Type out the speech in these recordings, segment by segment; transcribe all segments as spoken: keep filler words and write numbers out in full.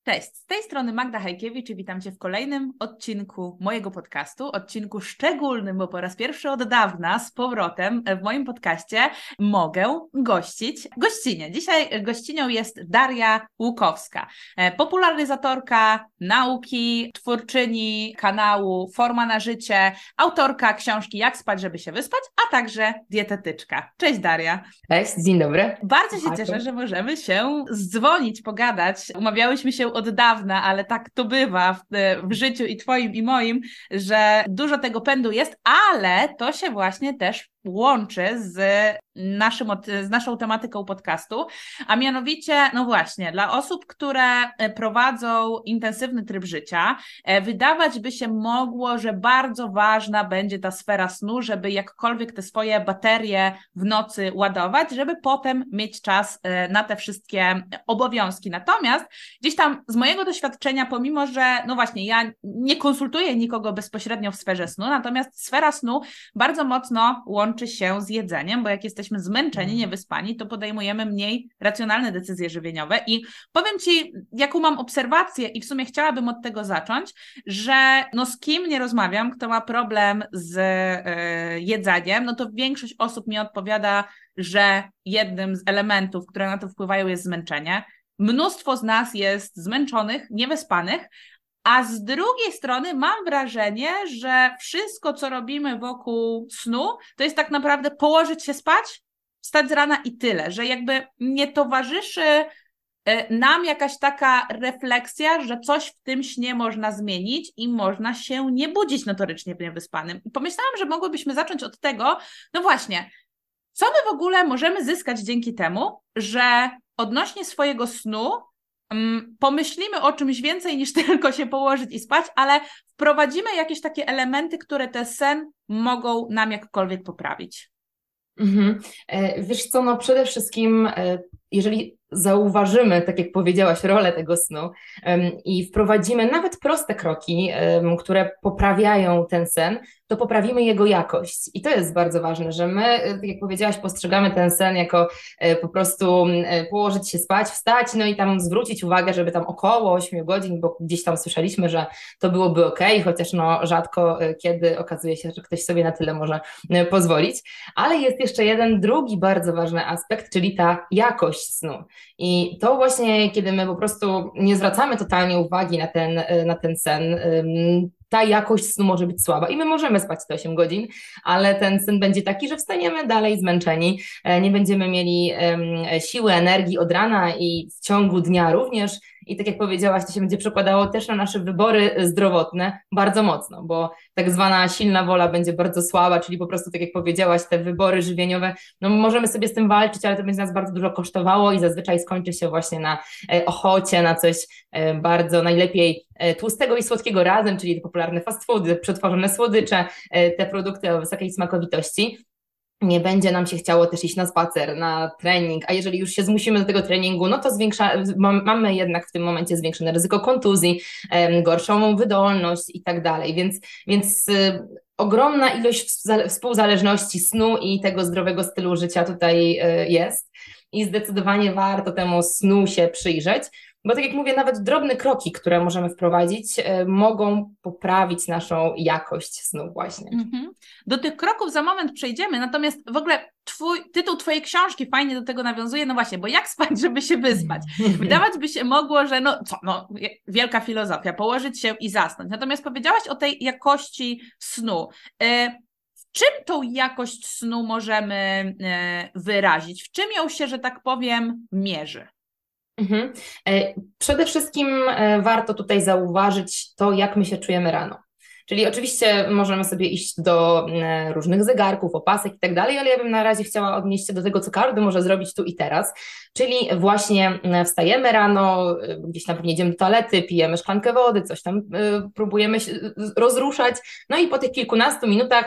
Cześć, z tej strony Magda Hajkiewicz i witam Cię w kolejnym odcinku mojego podcastu, odcinku szczególnym, bo po raz pierwszy od dawna z powrotem w moim podcaście mogę gościć gościnię. Dzisiaj gościnią jest Daria Łukowska, popularyzatorka nauki, twórczyni kanału Forma na życie, autorka książki Jak spać, żeby się wyspać, a także dietetyczka. Cześć Daria. Cześć, dzień dobry. Bardzo się cieszę, że możemy się zdzwonić, pogadać. Umawiałyśmy się od dawna, ale tak to bywa w, w życiu i Twoim i moim, że dużo tego pędu jest, ale to się właśnie też łączy z, naszym, z naszą tematyką podcastu, a mianowicie, no właśnie, dla osób, które prowadzą intensywny tryb życia, wydawać by się mogło, że bardzo ważna będzie ta sfera snu, żeby jakkolwiek te swoje baterie w nocy ładować, żeby potem mieć czas na te wszystkie obowiązki. Natomiast gdzieś tam z mojego doświadczenia, pomimo że, no właśnie, ja nie konsultuję nikogo bezpośrednio w sferze snu, natomiast sfera snu bardzo mocno łączy się z jedzeniem, bo jak jesteśmy zmęczeni, niewyspani, to podejmujemy mniej racjonalne decyzje żywieniowe i powiem Ci, jaką mam obserwację i w sumie chciałabym od tego zacząć, że no z kim nie rozmawiam, kto ma problem z yy, jedzeniem, no to większość osób mi odpowiada, że jednym z elementów, które na to wpływają, jest zmęczenie. Mnóstwo z nas jest zmęczonych, niewyspanych, a z drugiej strony mam wrażenie, że wszystko, co robimy wokół snu, to jest tak naprawdę położyć się spać, wstać z rana i tyle, że jakby nie towarzyszy nam jakaś taka refleksja, że coś w tym śnie można zmienić i można się nie budzić notorycznie niewyspanym. I pomyślałam, że mogłybyśmy zacząć od tego, no właśnie, co my w ogóle możemy zyskać dzięki temu, że odnośnie swojego snu pomyślimy o czymś więcej niż tylko się położyć i spać, ale wprowadzimy jakieś takie elementy, które ten sen mogą nam jakkolwiek poprawić. Mhm. Wiesz co, no przede wszystkim, jeżeli zauważymy, tak jak powiedziałaś, rolę tego snu i wprowadzimy nawet proste kroki, które poprawiają ten sen, to poprawimy jego jakość. I to jest bardzo ważne, że my, tak jak powiedziałaś, postrzegamy ten sen jako po prostu położyć się spać, wstać, no i tam zwrócić uwagę, żeby tam około ośmiu godzin, bo gdzieś tam słyszeliśmy, że to byłoby okej, chociaż no rzadko kiedy okazuje się, że ktoś sobie na tyle może pozwolić. Ale jest jeszcze jeden drugi bardzo ważny aspekt, czyli ta jakość snu. I to właśnie, kiedy my po prostu nie zwracamy totalnie uwagi na ten, na ten sen, ta jakość snu może być słaba i my możemy spać te osiem godzin, ale ten sen będzie taki, że wstaniemy dalej zmęczeni, nie będziemy mieli siły, energii od rana i w ciągu dnia również. I tak jak powiedziałaś, to się będzie przekładało też na nasze wybory zdrowotne bardzo mocno, bo tak zwana silna wola będzie bardzo słaba, czyli po prostu tak jak powiedziałaś, te wybory żywieniowe, no możemy sobie z tym walczyć, ale to będzie nas bardzo dużo kosztowało i zazwyczaj skończy się właśnie na ochocie, na coś bardzo najlepiej tłustego i słodkiego razem, czyli te popularne fast foody, przetworzone słodycze, te produkty o wysokiej smakowitości. Nie będzie nam się chciało też iść na spacer, na trening, a jeżeli już się zmusimy do tego treningu, no to zwiększa, mamy jednak w tym momencie zwiększone ryzyko kontuzji, gorszą wydolność i tak dalej, więc, więc y, ogromna ilość współzależności snu i tego zdrowego stylu życia tutaj y, jest i zdecydowanie warto temu snu się przyjrzeć. Bo tak jak mówię, nawet drobne kroki, które możemy wprowadzić, y, mogą poprawić naszą jakość snu właśnie. Mm-hmm. Do tych kroków za moment przejdziemy, natomiast w ogóle twój, tytuł Twojej książki fajnie do tego nawiązuje, no właśnie, bo jak spać, żeby się wyspać? Wydawać by się mogło, że no co, no wielka filozofia, położyć się i zasnąć. Natomiast powiedziałaś o tej jakości snu. Y- W czym tą jakość snu możemy y, wyrazić? W czym ją się, że tak powiem, mierzy? Mhm. Przede wszystkim warto tutaj zauważyć to, jak my się czujemy rano. Czyli oczywiście możemy sobie iść do różnych zegarków, opasek i tak dalej, ale ja bym na razie chciała odnieść się do tego, co każdy może zrobić tu i teraz, czyli właśnie wstajemy rano, gdzieś tam pewnie idziemy do toalety, pijemy szklankę wody, coś tam próbujemy się rozruszać, no i po tych kilkunastu minutach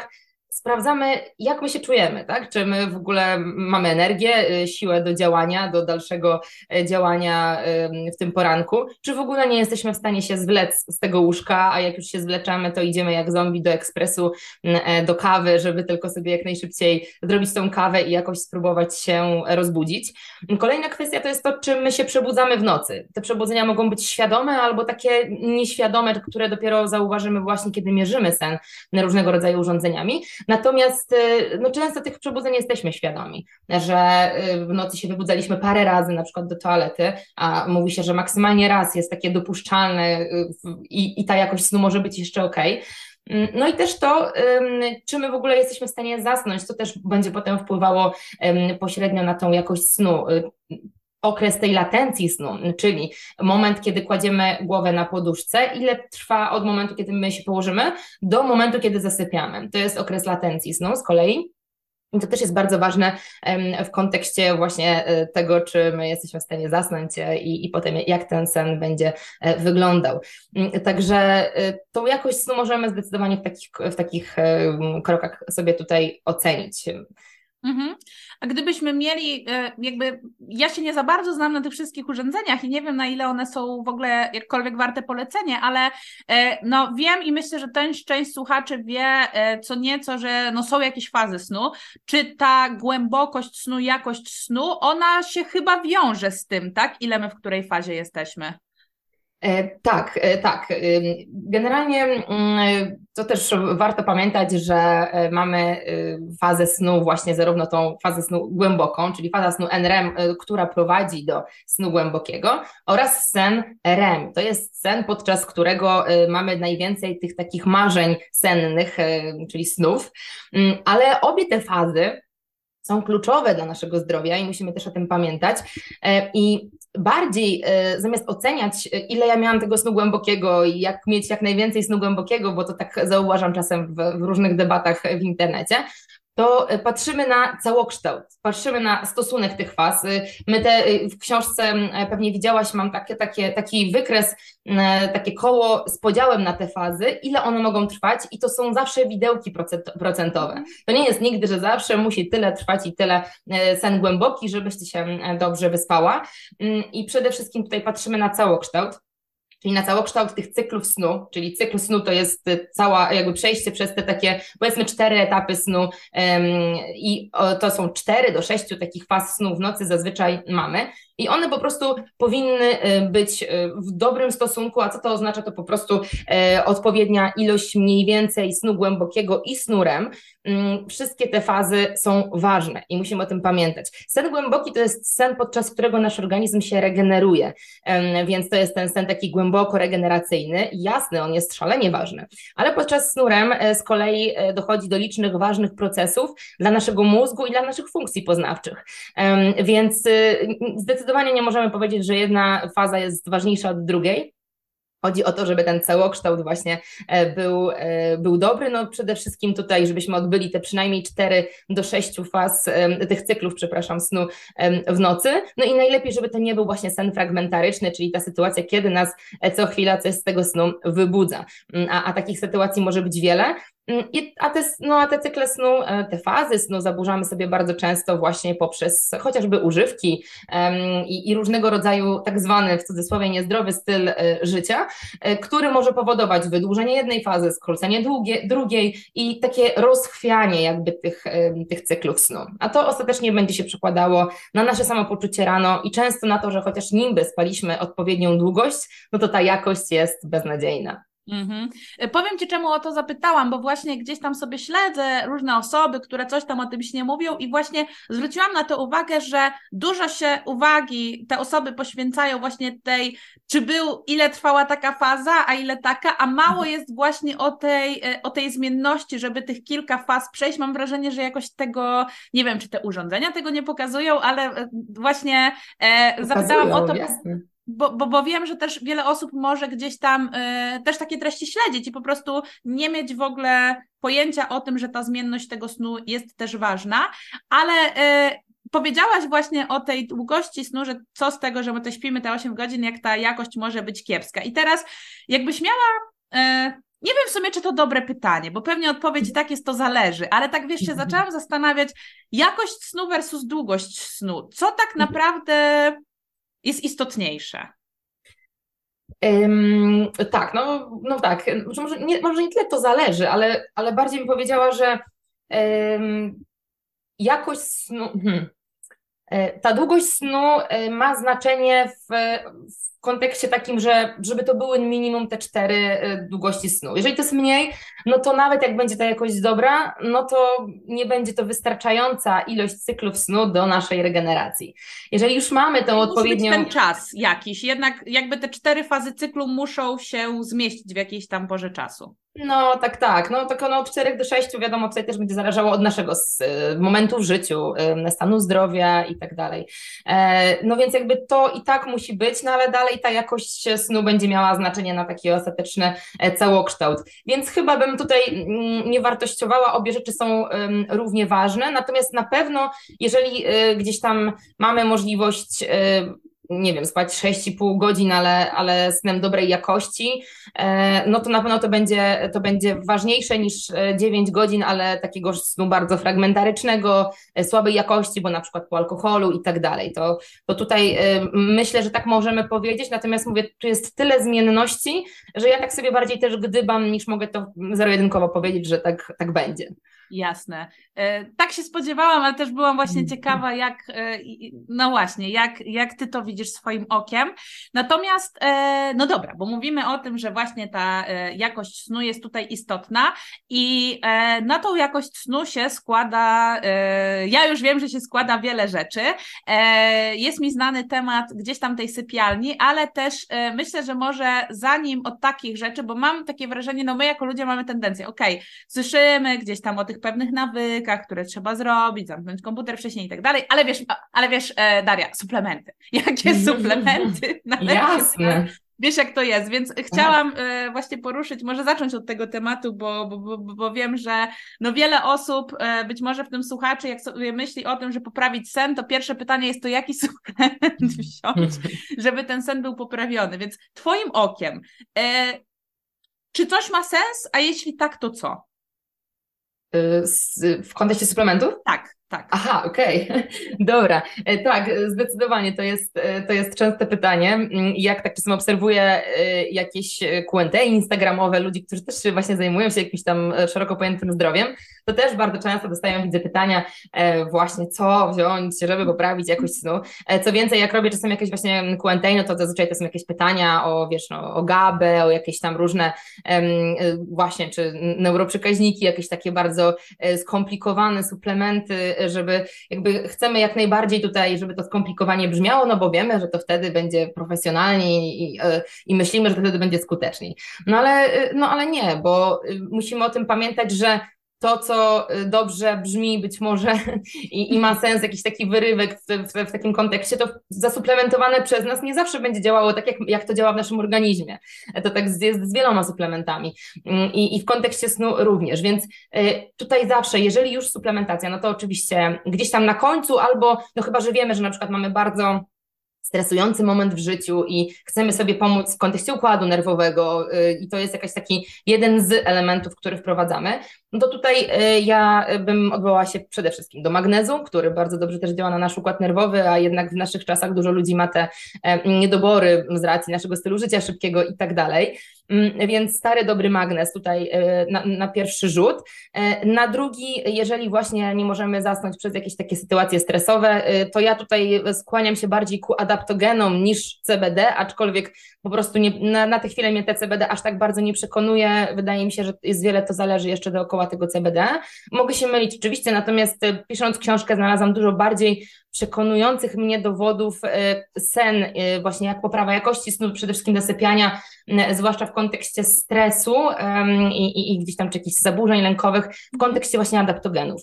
sprawdzamy, jak my się czujemy, tak? Czy my w ogóle mamy energię, y, siłę do działania, do dalszego y, działania y, w tym poranku, czy w ogóle nie jesteśmy w stanie się zwlec z tego łóżka, a jak już się zwleczamy, to idziemy jak zombie do ekspresu, y, do kawy, żeby tylko sobie jak najszybciej zrobić tą kawę i jakoś spróbować się rozbudzić. Kolejna kwestia to jest to, czy my się przebudzamy w nocy. Te przebudzenia mogą być świadome albo takie nieświadome, które dopiero zauważymy właśnie, kiedy mierzymy sen różnego rodzaju urządzeniami. Natomiast no, często tych przebudzeń jesteśmy świadomi, że w nocy się wybudzaliśmy parę razy na przykład do toalety, a mówi się, że maksymalnie raz jest takie dopuszczalne i, i ta jakość snu może być jeszcze okej. No i też to, czy my w ogóle jesteśmy w stanie zasnąć, to też będzie potem wpływało pośrednio na tą jakość snu. Okres tej latencji snu, czyli moment, kiedy kładziemy głowę na poduszce, ile trwa od momentu, kiedy my się położymy, do momentu, kiedy zasypiamy. To jest okres latencji snu z kolei. I to też jest bardzo ważne w kontekście właśnie tego, czy my jesteśmy w stanie zasnąć i, i potem jak ten sen będzie wyglądał. Także tą jakość snu możemy zdecydowanie w takich, w takich krokach sobie tutaj ocenić. Mhm. A gdybyśmy mieli, jakby, ja się nie za bardzo znam na tych wszystkich urządzeniach i nie wiem, na ile one są w ogóle jakkolwiek warte polecenia, ale no wiem i myślę, że też część słuchaczy wie co nieco, że no są jakieś fazy snu. Czy ta głębokość snu, jakość snu, ona się chyba wiąże z tym, tak? Ile my w której fazie jesteśmy? Tak, tak. Generalnie to też warto pamiętać, że mamy fazę snu, właśnie zarówno tą fazę snu głęboką, czyli faza snu N R E M, która prowadzi do snu głębokiego, oraz sen R E M. To jest sen, podczas którego mamy najwięcej tych takich marzeń sennych, czyli snów, ale obie te fazy są kluczowe dla naszego zdrowia i musimy też o tym pamiętać. I bardziej zamiast oceniać, ile ja miałam tego snu głębokiego i jak mieć jak najwięcej snu głębokiego, bo to tak zauważam czasem w, w różnych debatach w internecie, to patrzymy na całokształt, patrzymy na stosunek tych faz. My te, w książce pewnie widziałaś, mam takie, takie, taki wykres, takie koło z podziałem na te fazy, ile one mogą trwać i to są zawsze widełki procentowe. To nie jest nigdy, że zawsze musi tyle trwać i tyle sen głęboki, żebyś ty się dobrze wyspała. I przede wszystkim tutaj patrzymy na całokształt, czyli na całokształt tych cyklów snu, czyli cykl snu to jest cała jakby przejście przez te takie powiedzmy cztery etapy snu um, i to są cztery do sześciu takich faz snu w nocy zazwyczaj mamy i one po prostu powinny być w dobrym stosunku, a co to oznacza? To po prostu e, odpowiednia ilość mniej więcej snu głębokiego i snu R E M. Um, wszystkie te fazy są ważne i musimy o tym pamiętać. Sen głęboki to jest sen, podczas którego nasz organizm się regeneruje, um, więc to jest ten sen taki głęboko regeneracyjny. Jasne, on jest szalenie ważny, ale podczas snu R E M z kolei dochodzi do licznych ważnych procesów dla naszego mózgu i dla naszych funkcji poznawczych, um, więc zdecydowanie nie możemy powiedzieć, że jedna faza jest ważniejsza od drugiej. Chodzi o to, żeby ten całokształt właśnie był, był dobry, no przede wszystkim tutaj, żebyśmy odbyli te przynajmniej cztery do sześciu faz, tych cyklów, przepraszam, snu w nocy, no i najlepiej, żeby to nie był właśnie sen fragmentaryczny, czyli ta sytuacja, kiedy nas co chwila coś z tego snu wybudza, a, a takich sytuacji może być wiele. I, a, te, no, a te cykle snu, te fazy snu zaburzamy sobie bardzo często właśnie poprzez chociażby używki um, i, i różnego rodzaju tak zwany w cudzysłowie niezdrowy styl y, życia, y, który może powodować wydłużenie jednej fazy, skrócenie długie, drugiej i takie rozchwianie jakby tych, y, tych cyklów snu. A to ostatecznie będzie się przekładało na nasze samopoczucie rano i często na to, że chociaż nimby spaliśmy odpowiednią długość, no to ta jakość jest beznadziejna. Mhm. Powiem Ci, czemu o to zapytałam, bo właśnie gdzieś tam sobie śledzę różne osoby, które coś tam o tym nie mówią i właśnie zwróciłam na to uwagę, że dużo się uwagi te osoby poświęcają właśnie tej, czy był, ile trwała taka faza, a ile taka, a mało jest właśnie o tej, o tej zmienności, żeby tych kilka faz przejść. Mam wrażenie, że jakoś tego, nie wiem, czy te urządzenia tego nie pokazują, ale właśnie e, zapytałam o to. Jasne. Bo, bo, bo wiem, że też wiele osób może gdzieś tam y, też takie treści śledzić i po prostu nie mieć w ogóle pojęcia o tym, że ta zmienność tego snu jest też ważna, ale y, powiedziałaś właśnie o tej długości snu, że co z tego, że my to śpimy te osiem godzin, jak ta jakość może być kiepska. I teraz jakbyś miała y, nie wiem w sumie, czy to dobre pytanie, bo pewnie odpowiedź tak jest, to zależy, ale tak wiesz, się zaczęłam zastanawiać, jakość snu versus długość snu. Co tak naprawdę jest istotniejsze? Um, tak, no, no tak, może nie, może nie tyle to zależy, ale, ale bardziej bym powiedziała, że um, jakość snu, hmm, ta długość snu ma znaczenie w, w kontekście takim, że żeby to były minimum te cztery długości snu. Jeżeli to jest mniej, no to nawet jak będzie ta jakość dobra, no to nie będzie to wystarczająca ilość cyklów snu do naszej regeneracji. Jeżeli już mamy tą musi odpowiednią... być ten czas jakiś, jednak jakby te cztery fazy cyklu muszą się zmieścić w jakiejś tam porze czasu. No tak, tak. No tak no, od czterech do sześciu wiadomo, tutaj też będzie zależało od naszego z, momentu w życiu, y, stanu zdrowia i tak dalej. E, no więc jakby to i tak musi być, no ale dalej ta jakość snu będzie miała znaczenie na taki ostateczny e, całokształt. Więc chyba bym tutaj mm, nie wartościowała, obie rzeczy są ym, równie ważne, natomiast na pewno jeżeli y, gdzieś tam mamy możliwość y, nie wiem, spać sześć i pół godzin, ale, ale snem dobrej jakości, no to na pewno to będzie, to będzie ważniejsze niż dziewięć godzin, ale takiego snu bardzo fragmentarycznego, słabej jakości, bo na przykład po alkoholu i tak dalej. To, to tutaj myślę, że tak możemy powiedzieć, natomiast mówię, tu jest tyle zmienności, że ja tak sobie bardziej też gdybam, niż mogę to zero-jedynkowo powiedzieć, że tak, tak będzie. Jasne. E, tak się spodziewałam, ale też byłam właśnie ciekawa, jak, e, no właśnie, jak, jak ty to widzisz swoim okiem. Natomiast, e, no dobra, bo mówimy o tym, że właśnie ta e, jakość snu jest tutaj istotna i e, na tą jakość snu się składa, e, ja już wiem, że się składa wiele rzeczy. E, jest mi znany temat gdzieś tam tej sypialni, ale też e, myślę, że może zanim od takich rzeczy, bo mam takie wrażenie, no my jako ludzie mamy tendencję, okej, okay, słyszymy gdzieś tam o tych pewnych nawykach, które trzeba zrobić, zamknąć komputer wcześniej i tak dalej, ale wiesz, ale wiesz, e, Daria, suplementy. Jakie suplementy? Jasne. Wiesz, jak to jest, więc chciałam e, właśnie poruszyć, może zacząć od tego tematu, bo, bo, bo, bo wiem, że no wiele osób, e, być może w tym słuchaczy, jak sobie myśli o tym, że poprawić sen, to pierwsze pytanie jest to, jaki suplement wziąć, żeby ten sen był poprawiony. Więc twoim okiem, e, czy coś ma sens, a jeśli tak, to co? W kontekście suplementów? Tak, tak. Aha, okej, okay. Dobra, tak, zdecydowanie to jest, to jest częste pytanie. Jak tak czasem obserwuję jakieś Q and A instagramowe, ludzi, którzy też właśnie zajmują się jakimś tam szeroko pojętym zdrowiem, to też bardzo często dostają, widzę, pytania właśnie, co wziąć, żeby poprawić jakość snu. Co więcej, jak robię czasem jakieś właśnie Q and A, no to zazwyczaj to są jakieś pytania o, wiesz, no, o G A B A, o jakieś tam różne właśnie, czy neuroprzekaźniki, jakieś takie bardzo skomplikowane suplementy, żeby jakby chcemy jak najbardziej tutaj, żeby to skomplikowanie brzmiało, no bo wiemy, że to wtedy będzie profesjonalniej i, i, i myślimy, że to wtedy będzie skuteczniej. No ale, no ale nie, bo musimy o tym pamiętać, że to, co dobrze brzmi być może i, i ma sens, jakiś taki wyrywek w, w, w takim kontekście, to zasuplementowane przez nas nie zawsze będzie działało tak, jak, jak to działa w naszym organizmie. To tak jest z wieloma suplementami i, i w kontekście snu również, więc tutaj zawsze, jeżeli już suplementacja, no to oczywiście gdzieś tam na końcu albo, no chyba, że wiemy, że na przykład mamy bardzo stresujący moment w życiu i chcemy sobie pomóc w kontekście układu nerwowego yy, i to jest jakiś taki jeden z elementów, który wprowadzamy, no to tutaj yy, ja bym odwołała się przede wszystkim do magnezu, który bardzo dobrze też działa na nasz układ nerwowy, a jednak w naszych czasach dużo ludzi ma te yy, niedobory z racji naszego stylu życia szybkiego i tak dalej. Więc stary, dobry magnez tutaj na, na pierwszy rzut. Na drugi, jeżeli właśnie nie możemy zasnąć przez jakieś takie sytuacje stresowe, to ja tutaj skłaniam się bardziej ku adaptogenom niż C B D, aczkolwiek po prostu nie, na, na tę chwilę mnie te C B D aż tak bardzo nie przekonuje. Wydaje mi się, że jest wiele, to zależy jeszcze dookoła tego C B D. Mogę się mylić oczywiście, natomiast pisząc książkę znalazłam dużo bardziej przekonujących mnie dowodów sen, właśnie jak poprawa jakości snu, przede wszystkim dosypiania, zwłaszcza w kontekście stresu i, i, i gdzieś tam czy jakichś zaburzeń lękowych, w kontekście właśnie adaptogenów.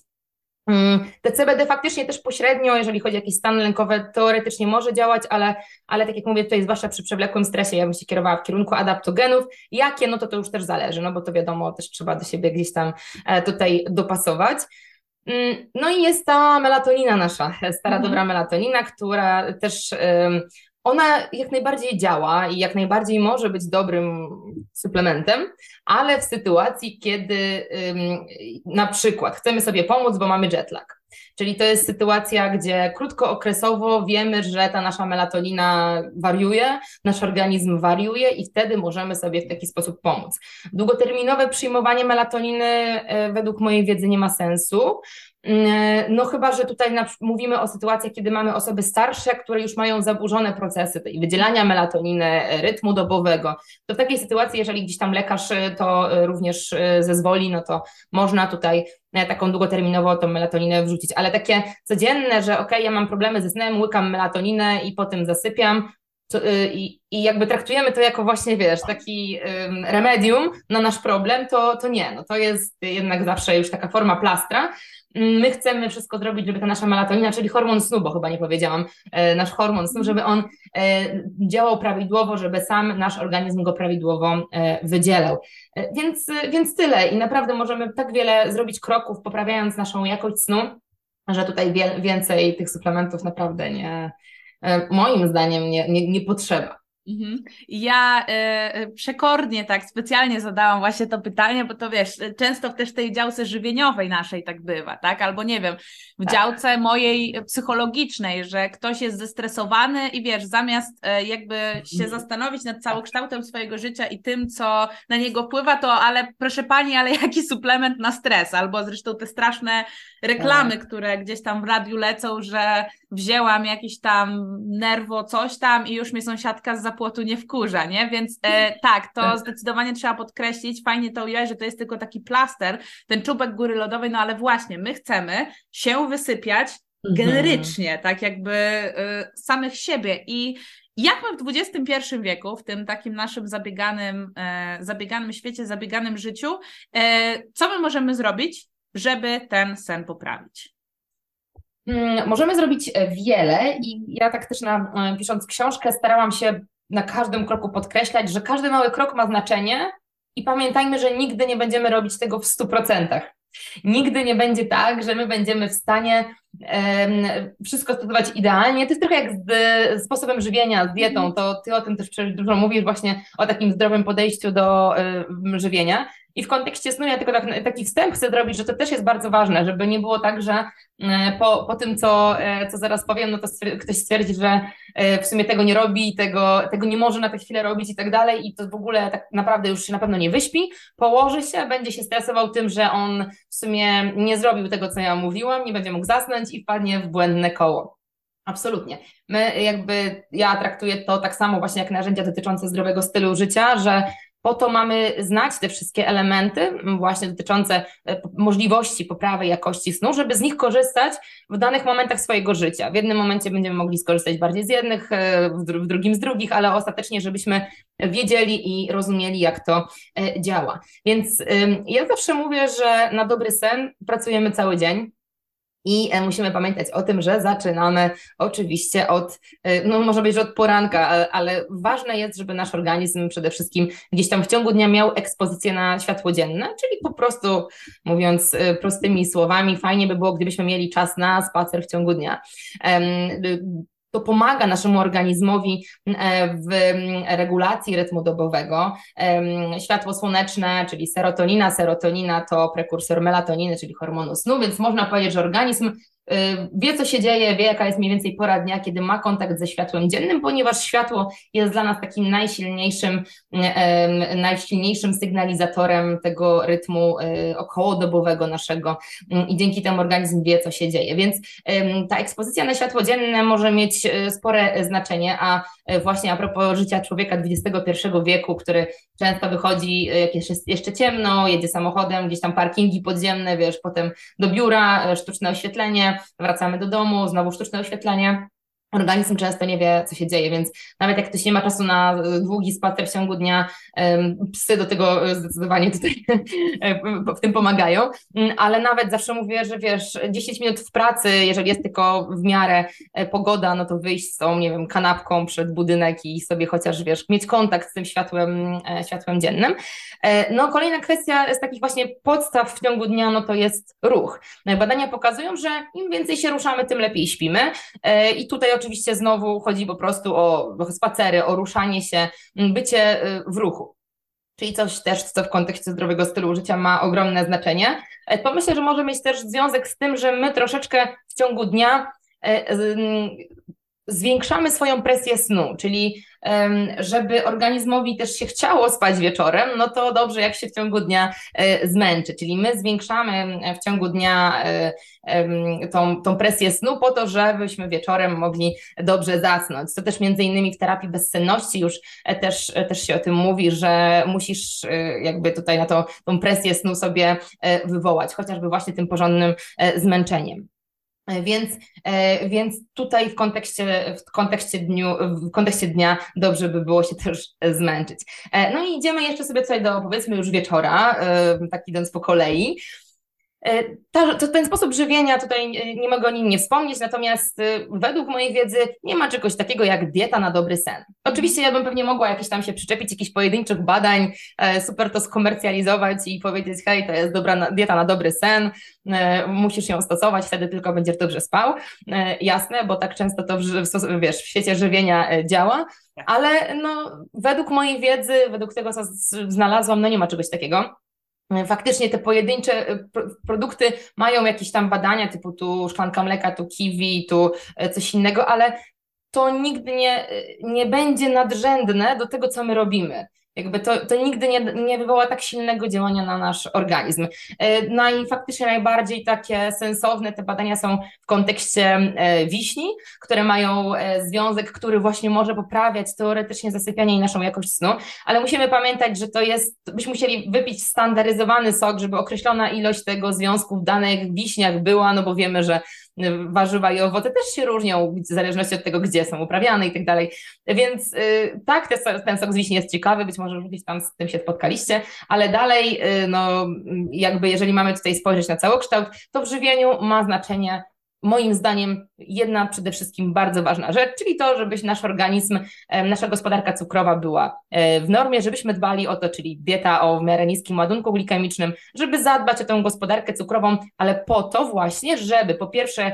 Te C B D faktycznie też pośrednio, jeżeli chodzi o jakieś stany lękowe, teoretycznie może działać, ale, ale tak jak mówię tutaj, zwłaszcza przy przewlekłym stresie, ja bym się kierowała w kierunku adaptogenów. Jakie? No to to już też zależy, no bo to wiadomo, też trzeba do siebie gdzieś tam tutaj dopasować. No i jest ta melatonina nasza, stara mhm. dobra melatonina, która też... Ona jak najbardziej działa i jak najbardziej może być dobrym suplementem, ale w sytuacji, kiedy ym, na przykład chcemy sobie pomóc, bo mamy jetlag. Czyli to jest sytuacja, gdzie krótkookresowo wiemy, że ta nasza melatonina wariuje, nasz organizm wariuje i wtedy możemy sobie w taki sposób pomóc. Długoterminowe przyjmowanie melatoniny według mojej wiedzy nie ma sensu. No chyba, że tutaj mówimy o sytuacjach, kiedy mamy osoby starsze, które już mają zaburzone procesy tej wydzielania melatoniny, rytmu dobowego. To w takiej sytuacji, jeżeli gdzieś tam lekarz to również zezwoli, no to można tutaj taką długoterminową tą melatoninę wrzucić. Ale takie codzienne, że okej, ja mam problemy ze snem, łykam melatoninę i potem zasypiam, to, i, i jakby traktujemy to jako właśnie, wiesz, taki um, remedium na nasz problem, to, to nie, no to jest jednak zawsze już taka forma plastra. My chcemy wszystko zrobić, żeby ta nasza melatonina, czyli hormon snu, bo chyba nie powiedziałam, e, nasz hormon snu, żeby on e, działał prawidłowo, żeby sam nasz organizm go prawidłowo e, wydzielał. E, więc, więc tyle i naprawdę możemy tak wiele zrobić kroków, poprawiając naszą jakość snu, że tutaj wie, więcej tych suplementów naprawdę nie, e, moim zdaniem nie, nie, nie potrzeba. Mhm. Ja y, przekornie tak specjalnie zadałam właśnie to pytanie, bo to wiesz, często też w tej działce żywieniowej naszej tak bywa, tak? Albo nie wiem, w tak. działce mojej psychologicznej, że ktoś jest zestresowany i wiesz, zamiast y, jakby się zastanowić nad całokształtem swojego życia i tym, co na niego wpływa, to ale proszę pani, ale jaki suplement na stres? Albo zresztą te straszne reklamy, tak. które gdzieś tam w radiu lecą, że wzięłam jakiś tam nerwo, coś tam i już mnie sąsiadka z płotu nie wkurza, nie? Więc e, tak, to tak. zdecydowanie trzeba podkreślić, fajnie to ująłeś, że to jest tylko taki plaster, ten czubek góry lodowej, no ale właśnie my chcemy się wysypiać generycznie, mhm. tak jakby y, samych siebie i jak my w dwudziestym pierwszym wieku, w tym takim naszym zabieganym, e, zabieganym świecie, zabieganym życiu, e, co my możemy zrobić, żeby ten sen poprawić? Możemy zrobić wiele i ja tak też na, pisząc książkę starałam się na każdym kroku podkreślać, że każdy mały krok ma znaczenie i pamiętajmy, że nigdy nie będziemy robić tego w stu procentach. Nigdy nie będzie tak, że my będziemy w stanie um, wszystko stosować idealnie. To jest trochę jak z sposobem żywienia, z dietą, to ty o tym też przecież dużo mówisz, właśnie o takim zdrowym podejściu do um, żywienia. I w kontekście snu ja tylko tak, taki wstęp chcę zrobić, że to też jest bardzo ważne, żeby nie było tak, że po, po tym, co, co zaraz powiem, no to ktoś stwierdzi, że w sumie tego nie robi, tego, tego nie może na tę chwilę robić i tak dalej i to w ogóle tak naprawdę już się na pewno nie wyśpi, położy się, będzie się stresował tym, że on w sumie nie zrobił tego, co ja mówiłam, nie będzie mógł zasnąć i wpadnie w błędne koło. Absolutnie. My jakby, ja traktuję to tak samo właśnie jak narzędzia dotyczące zdrowego stylu życia, że po to mamy znać te wszystkie elementy właśnie dotyczące możliwości poprawy jakości snu, żeby z nich korzystać w danych momentach swojego życia. W jednym momencie będziemy mogli skorzystać bardziej z jednych, w drugim z drugich, ale ostatecznie, żebyśmy wiedzieli i rozumieli, jak to działa. Więc ja zawsze mówię, że na dobry sen pracujemy cały dzień. I musimy pamiętać o tym, że zaczynamy oczywiście od, no może być, że od poranka, ale ważne jest, żeby nasz organizm przede wszystkim gdzieś tam w ciągu dnia miał ekspozycję na światło dzienne, czyli po prostu mówiąc prostymi słowami, fajnie by było, gdybyśmy mieli czas na spacer w ciągu dnia. To pomaga naszemu organizmowi w regulacji rytmu dobowego. Światło słoneczne, czyli serotonina, serotonina to prekursor melatoniny, czyli hormonu snu, więc można powiedzieć, że organizm wie, co się dzieje, wie, jaka jest mniej więcej pora dnia, kiedy ma kontakt ze światłem dziennym, ponieważ światło jest dla nas takim najsilniejszym, najsilniejszym sygnalizatorem tego rytmu okołodobowego naszego i dzięki temu organizm wie, co się dzieje. Więc ta ekspozycja na światło dzienne może mieć spore znaczenie, a właśnie a propos życia człowieka dwudziestego pierwszego wieku, który często wychodzi, jak jest jeszcze ciemno, jedzie samochodem, gdzieś tam parkingi podziemne, wiesz, potem do biura, sztuczne oświetlenie, wracamy do domu, znowu sztuczne oświetlenie. Organizm często nie wie, co się dzieje, więc nawet jak ktoś nie ma czasu na długi spacer w ciągu dnia, psy do tego zdecydowanie tutaj w tym pomagają, ale nawet zawsze mówię, że wiesz, dziesięć minut w pracy, jeżeli jest tylko w miarę pogoda, no to wyjść z tą, nie wiem, kanapką przed budynek i sobie chociaż, wiesz, mieć kontakt z tym światłem, światłem dziennym. No kolejna kwestia z takich właśnie podstaw w ciągu dnia, no to jest ruch. Badania pokazują, że im więcej się ruszamy, tym lepiej śpimy i tutaj oczywiście znowu chodzi po prostu o spacery, o ruszanie się, bycie w ruchu. czyli coś też, co w kontekście zdrowego stylu życia ma ogromne znaczenie, to myślę, że może mieć też związek z tym, że my troszeczkę w ciągu dnia zwiększamy swoją presję snu, czyli żeby organizmowi też się chciało spać wieczorem, no to dobrze jak się w ciągu dnia zmęczy, czyli my zwiększamy w ciągu dnia tą, tą presję snu po to, żebyśmy wieczorem mogli dobrze zasnąć. To też między innymi w terapii bezsenności już też, też się o tym mówi, że musisz jakby tutaj na to, tą presję snu sobie wywołać, chociażby właśnie tym porządnym zmęczeniem. Więc, więc tutaj w kontekście, w, kontekście dniu, w kontekście dnia dobrze by było się też zmęczyć. No i idziemy jeszcze sobie tutaj do, powiedzmy, już wieczora, tak idąc po kolei. Ta, to ten sposób żywienia, tutaj nie mogę o nim nie wspomnieć, natomiast według mojej wiedzy nie ma czegoś takiego jak dieta na dobry sen. Oczywiście ja bym pewnie mogła jakieś tam się przyczepić, jakichś pojedynczych badań, super to skomercjalizować i powiedzieć, hej, to jest dobra dieta na dobry sen, musisz ją stosować, wtedy tylko będziesz dobrze spał. Jasne, bo tak często to w, wiesz, w świecie żywienia działa, ale no, według mojej wiedzy, według tego, co znalazłam, no nie ma czegoś takiego. Faktycznie te pojedyncze produkty mają jakieś tam badania, typu tu szklanka mleka, tu kiwi, tu coś innego, ale to nigdy nie, nie będzie nadrzędne do tego, co my robimy. Jakby to, to nigdy nie, nie wywoła tak silnego działania na nasz organizm. No i faktycznie najbardziej takie sensowne te badania są w kontekście wiśni, które mają związek, który właśnie może poprawiać teoretycznie zasypianie i naszą jakość snu, ale musimy pamiętać, że to jest, byśmy musieli wypić standaryzowany sok, żeby określona ilość tego związku w danych wiśniach była, no bo wiemy, że warzywa i owoce też się różnią w zależności od tego, gdzie są uprawiane i tak dalej. Więc yy, tak, ten sok z wiśni jest ciekawy, być może gdzieś tam z tym się spotkaliście, ale dalej, yy, no jakby jeżeli mamy tutaj spojrzeć na całokształt, to w żywieniu ma znaczenie moim zdaniem jedna przede wszystkim bardzo ważna rzecz, czyli to, żeby nasz organizm, nasza gospodarka cukrowa była w normie, żebyśmy dbali o to, czyli dieta o w miarę niskim ładunku glikemicznym, żeby zadbać o tę gospodarkę cukrową, ale po to właśnie, żeby po pierwsze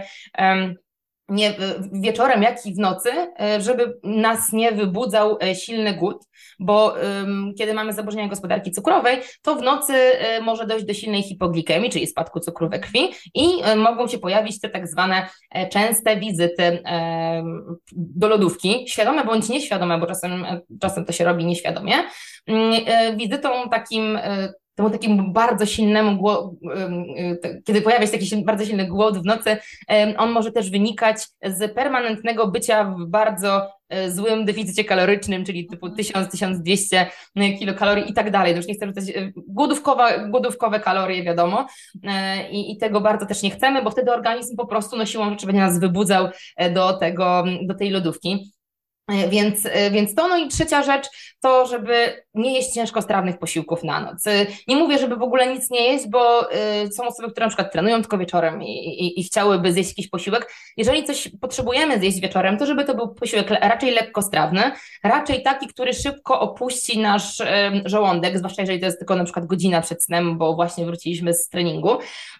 nie wieczorem, jak i w nocy, żeby nas nie wybudzał silny głód, bo um, kiedy mamy zaburzenia gospodarki cukrowej, to w nocy um, może dojść do silnej hipoglikemii, czyli spadku cukru we krwi i um, mogą się pojawić te tak zwane um, częste wizyty um, do lodówki, świadome bądź nieświadome, bo czasem, czasem to się robi nieświadomie, um, wizytą takim um, temu takiemu bardzo silnemu, kiedy pojawia się taki bardzo silny głód w nocy, on może też wynikać z permanentnego bycia w bardzo złym deficycie kalorycznym, czyli typu tysiąc do tysiąca dwustu kilokalorii i tak dalej. Już nie chcę rzucać głodówkowe, głodówkowe kalorie, wiadomo, I, i tego bardzo też nie chcemy, bo wtedy organizm po prostu no, siłą rzeczy będzie nas wybudzał do tego, do tej lodówki. Więc, więc to, no i trzecia rzecz, to żeby nie jeść ciężkostrawnych posiłków na noc. Nie mówię, żeby w ogóle nic nie jeść, bo y, są osoby, które na przykład trenują tylko wieczorem i, i, i chciałyby zjeść jakiś posiłek. Jeżeli coś potrzebujemy zjeść wieczorem, to żeby to był posiłek raczej lekkostrawny, raczej taki, który szybko opuści nasz y, żołądek, zwłaszcza jeżeli to jest tylko na przykład godzina przed snem, bo właśnie wróciliśmy z treningu.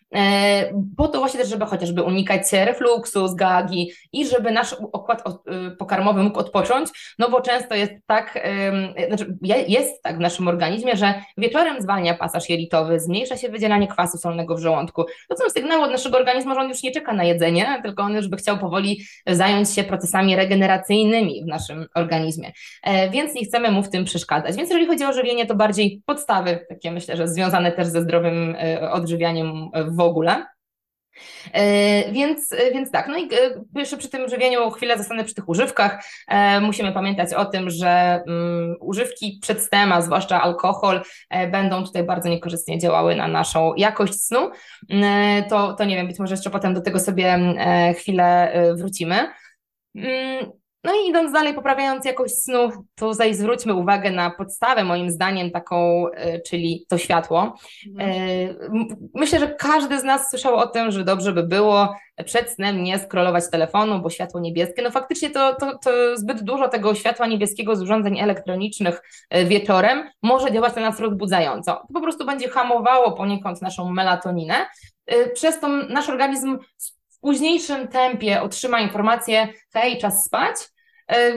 Po to właśnie też, żeby chociażby unikać refluksu, zgagi i żeby nasz układ pokarmowy mógł odpocząć, no bo często jest tak, znaczy jest tak w naszym organizmie, że wieczorem zwalnia pasaż jelitowy, zmniejsza się wydzielanie kwasu solnego w żołądku. To są sygnały od naszego organizmu, że on już nie czeka na jedzenie, tylko on już by chciał powoli zająć się procesami regeneracyjnymi w naszym organizmie, więc nie chcemy mu w tym przeszkadzać. Więc jeżeli chodzi o żywienie, to bardziej podstawy, takie myślę, że związane też ze zdrowym odżywianiem w w ogóle. Więc, więc tak, no i jeszcze przy tym żywieniu chwilę zostanę przy tych używkach. Musimy pamiętać o tym, że um, używki przed snem, a zwłaszcza alkohol, będą tutaj bardzo niekorzystnie działały na naszą jakość snu. To, to nie wiem, być może jeszcze potem do tego sobie chwilę wrócimy. No i idąc dalej, poprawiając jakość snu, tutaj zwróćmy uwagę na podstawę, moim zdaniem, taką, czyli to światło. Mhm. Myślę, że każdy z nas słyszał o tym, że dobrze by było przed snem nie scrollować telefonu, bo światło niebieskie, no faktycznie to, to, to zbyt dużo tego światła niebieskiego z urządzeń elektronicznych wieczorem może działać na nas rozbudzająco. To po prostu będzie hamowało poniekąd naszą melatoninę, przez to nasz organizm w późniejszym tempie otrzyma informację, hej, czas spać,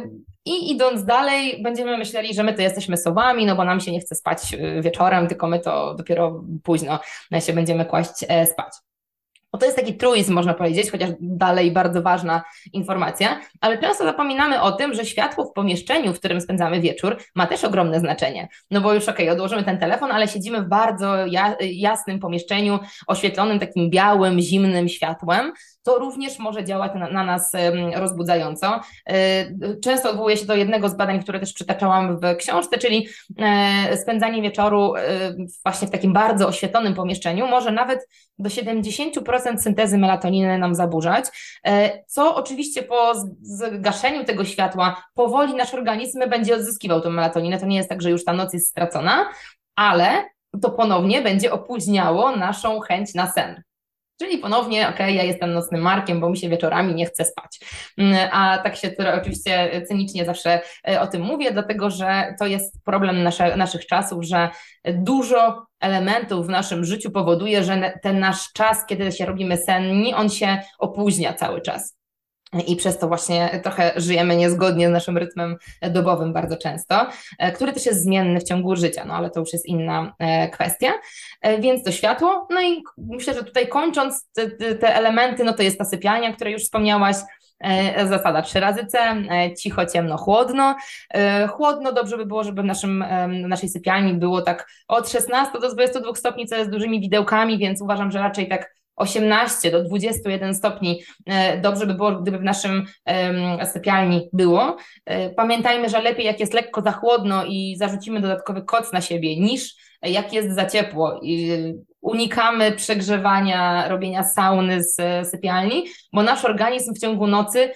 I idąc dalej, będziemy myśleli, że my to jesteśmy sowami, no bo nam się nie chce spać wieczorem, tylko my to dopiero późno się będziemy kłaść spać. Bo to jest taki truizm, można powiedzieć, chociaż dalej bardzo ważna informacja, ale często zapominamy o tym, że światło w pomieszczeniu, w którym spędzamy wieczór, ma też ogromne znaczenie. No bo już okej, okay, odłożymy ten telefon, ale siedzimy w bardzo ja, jasnym pomieszczeniu, oświetlonym takim białym, zimnym światłem, to również może działać na, na nas rozbudzająco. Często odwołuję się do jednego z badań, które też przytaczałam w książce, czyli spędzanie wieczoru właśnie w takim bardzo oświetlonym pomieszczeniu może nawet do siedemdziesiąt procent syntezy melatoniny nam zaburzać, co oczywiście po zgaszeniu tego światła powoli nasz organizm będzie odzyskiwał tą melatoninę. To nie jest tak, że już ta noc jest stracona, ale to ponownie będzie opóźniało naszą chęć na sen. Czyli ponownie, okej, okay, ja jestem nocnym markiem, bo mi się wieczorami nie chce spać. A tak się oczywiście cynicznie zawsze o tym mówię, dlatego że to jest problem nasze, naszych czasów, że dużo elementów w naszym życiu powoduje, że ten nasz czas, kiedy się robimy senni, on się opóźnia cały czas. I przez to właśnie trochę żyjemy niezgodnie z naszym rytmem dobowym bardzo często, który też jest zmienny w ciągu życia, no ale to już jest inna kwestia. Więc to światło, no i myślę, że tutaj kończąc te, te elementy, no to jest ta sypialnia, o której już wspomniałaś, zasada trzy razy C, cicho, ciemno, chłodno. Chłodno dobrze by było, żeby w naszym, naszej sypialni było tak od szesnastu do dwudziestu dwóch stopni, co jest dużymi widełkami, więc uważam, że raczej tak osiemnaście do dwudziestu jeden stopni dobrze by było, gdyby w naszym sypialni było. Pamiętajmy, że lepiej jak jest lekko za chłodno i zarzucimy dodatkowy koc na siebie, niż jak jest za ciepło. Unikamy przegrzewania, robienia sauny z sypialni, bo nasz organizm w ciągu nocy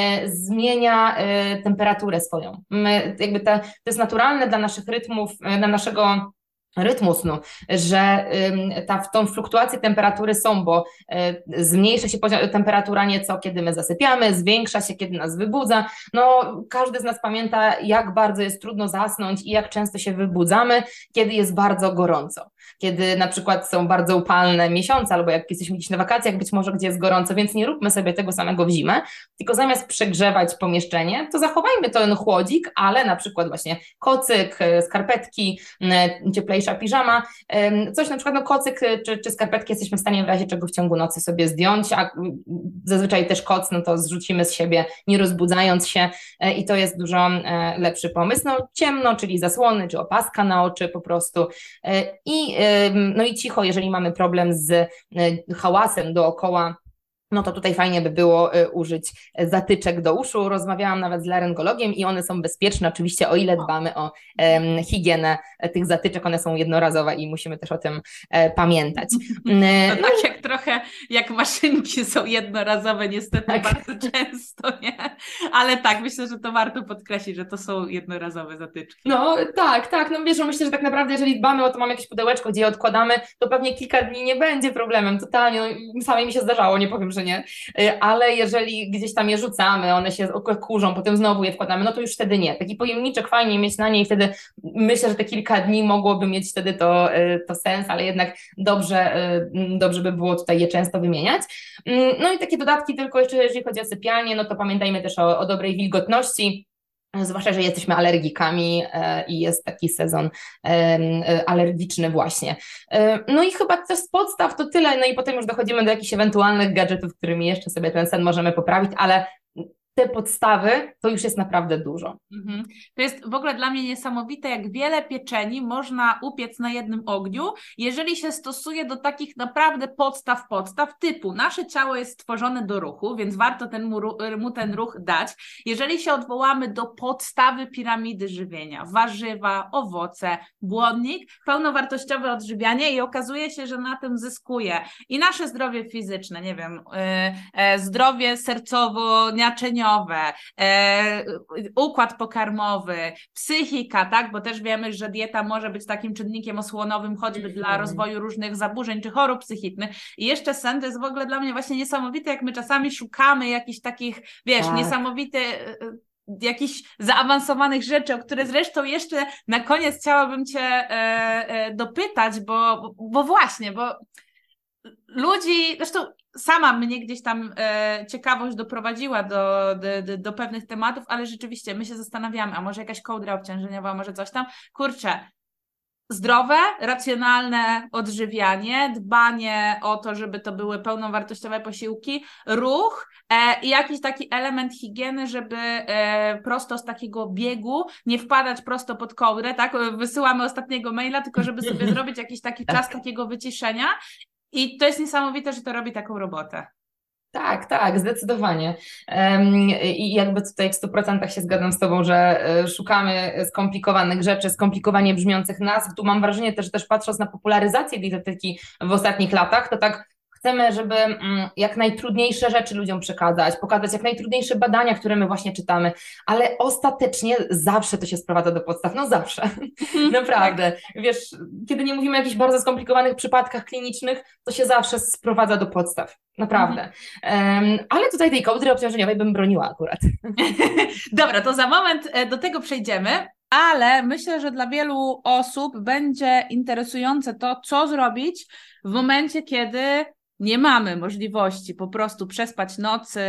zmienia temperaturę swoją. My, jakby ta, to jest naturalne dla naszych rytmów, dla naszego rytmu snu, że ta, tą fluktuację temperatury są, bo zmniejsza się poziom, temperatura nieco, kiedy my zasypiamy, zwiększa się, kiedy nas wybudza. No, każdy z nas pamięta, jak bardzo jest trudno zasnąć i jak często się wybudzamy, kiedy jest bardzo gorąco. Kiedy na przykład są bardzo upalne miesiące, albo jak jesteśmy gdzieś na wakacjach, być może gdzie jest gorąco, więc nie róbmy sobie tego samego w zimę, tylko zamiast przegrzewać pomieszczenie, to zachowajmy ten chłodzik, ale na przykład właśnie kocyk, skarpetki, cieplejsza piżama, coś na przykład, no kocyk czy, czy skarpetki jesteśmy w stanie w razie czego w ciągu nocy sobie zdjąć, a zazwyczaj też koc, no to zrzucimy z siebie, nie rozbudzając się i to jest dużo lepszy pomysł. No ciemno, czyli zasłony, czy opaska na oczy po prostu i no i cicho, jeżeli mamy problem z hałasem dookoła, no to tutaj fajnie by było użyć zatyczek do uszu. Rozmawiałam nawet z laryngologiem i one są bezpieczne, oczywiście o ile dbamy o um, higienę tych zatyczek, one są jednorazowe i musimy też o tym e, pamiętać. No, no tak jak trochę jak maszynki są jednorazowe niestety tak. Bardzo często, nie? Ale tak, myślę, że to warto podkreślić, że to są jednorazowe zatyczki. No tak, tak, no wiesz, myślę, że tak naprawdę jeżeli dbamy o to, mamy jakieś pudełeczko, gdzie je odkładamy, to pewnie kilka dni nie będzie problemem, totalnie, no, samej mi się zdarzało, nie powiem, że nie, ale jeżeli gdzieś tam je rzucamy, one się kurzą, potem znowu je wkładamy, no to już wtedy nie. Taki pojemniczek fajnie mieć na niej, wtedy myślę, że te kilka dni mogłoby mieć wtedy to, to sens, ale jednak dobrze, dobrze by było tutaj je często wymieniać. No i takie dodatki tylko jeszcze, jeżeli chodzi o sypialnię, no to pamiętajmy też o, o dobrej wilgotności, zwłaszcza, że jesteśmy alergikami i jest taki sezon alergiczny właśnie. No i chyba też z podstaw to tyle, no i potem już dochodzimy do jakichś ewentualnych gadżetów, którymi jeszcze sobie ten sen możemy poprawić, ale te podstawy to już jest naprawdę dużo. Mhm. To jest w ogóle dla mnie niesamowite, jak wiele pieczeni można upiec na jednym ogniu, jeżeli się stosuje do takich naprawdę podstaw, podstaw typu nasze ciało jest stworzone do ruchu, więc warto ten mu, mu ten ruch dać. Jeżeli się odwołamy do podstawy piramidy żywienia, warzywa, owoce, błonnik, pełnowartościowe odżywianie i okazuje się, że na tym zyskuje i nasze zdrowie fizyczne, nie wiem, yy, yy, zdrowie sercowo-naczyniowe, E, układ pokarmowy, psychika, tak, bo też wiemy, że dieta może być takim czynnikiem osłonowym choćby dla rozwoju różnych zaburzeń czy chorób psychicznych i jeszcze sen to jest w ogóle dla mnie właśnie niesamowite, jak my czasami szukamy jakichś takich, wiesz, tak. niesamowite jakichś zaawansowanych rzeczy, o które zresztą jeszcze na koniec chciałabym Cię e, e, dopytać, bo, bo właśnie, bo ludzi, zresztą sama mnie gdzieś tam e, ciekawość doprowadziła do, do, do, do pewnych tematów, ale rzeczywiście my się zastanawiamy, a może jakaś kołdra obciążeniowa, może coś tam. Kurczę, zdrowe, racjonalne odżywianie, dbanie o to, żeby to były pełnowartościowe posiłki, ruch e, i jakiś taki element higieny, żeby e, prosto z takiego biegu nie wpadać prosto pod kołdrę, tak? Wysyłamy ostatniego maila, tylko żeby sobie zrobić jakiś taki czas takiego wyciszenia i to jest niesamowite, że to robi taką robotę. Tak, tak, zdecydowanie. Um, I jakby tutaj w stu procentach się zgadzam z Tobą, że y, szukamy skomplikowanych rzeczy, skomplikowanie brzmiących nazw. Tu mam wrażenie też, też patrząc na popularyzację dietetyki w ostatnich latach, to tak chcemy, żeby mm, jak najtrudniejsze rzeczy ludziom przekazać, pokazać jak najtrudniejsze badania, które my właśnie czytamy, ale ostatecznie zawsze to się sprowadza do podstaw, no zawsze, naprawdę. Wiesz, kiedy nie mówimy o jakichś bardzo skomplikowanych przypadkach klinicznych, to się zawsze sprowadza do podstaw, naprawdę. Um, ale tutaj tej kołdry obciążeniowej bym broniła akurat. Dobra, to za moment do tego przejdziemy. Ale myślę, że dla wielu osób będzie interesujące to, co zrobić w momencie, kiedy nie mamy możliwości po prostu przespać nocy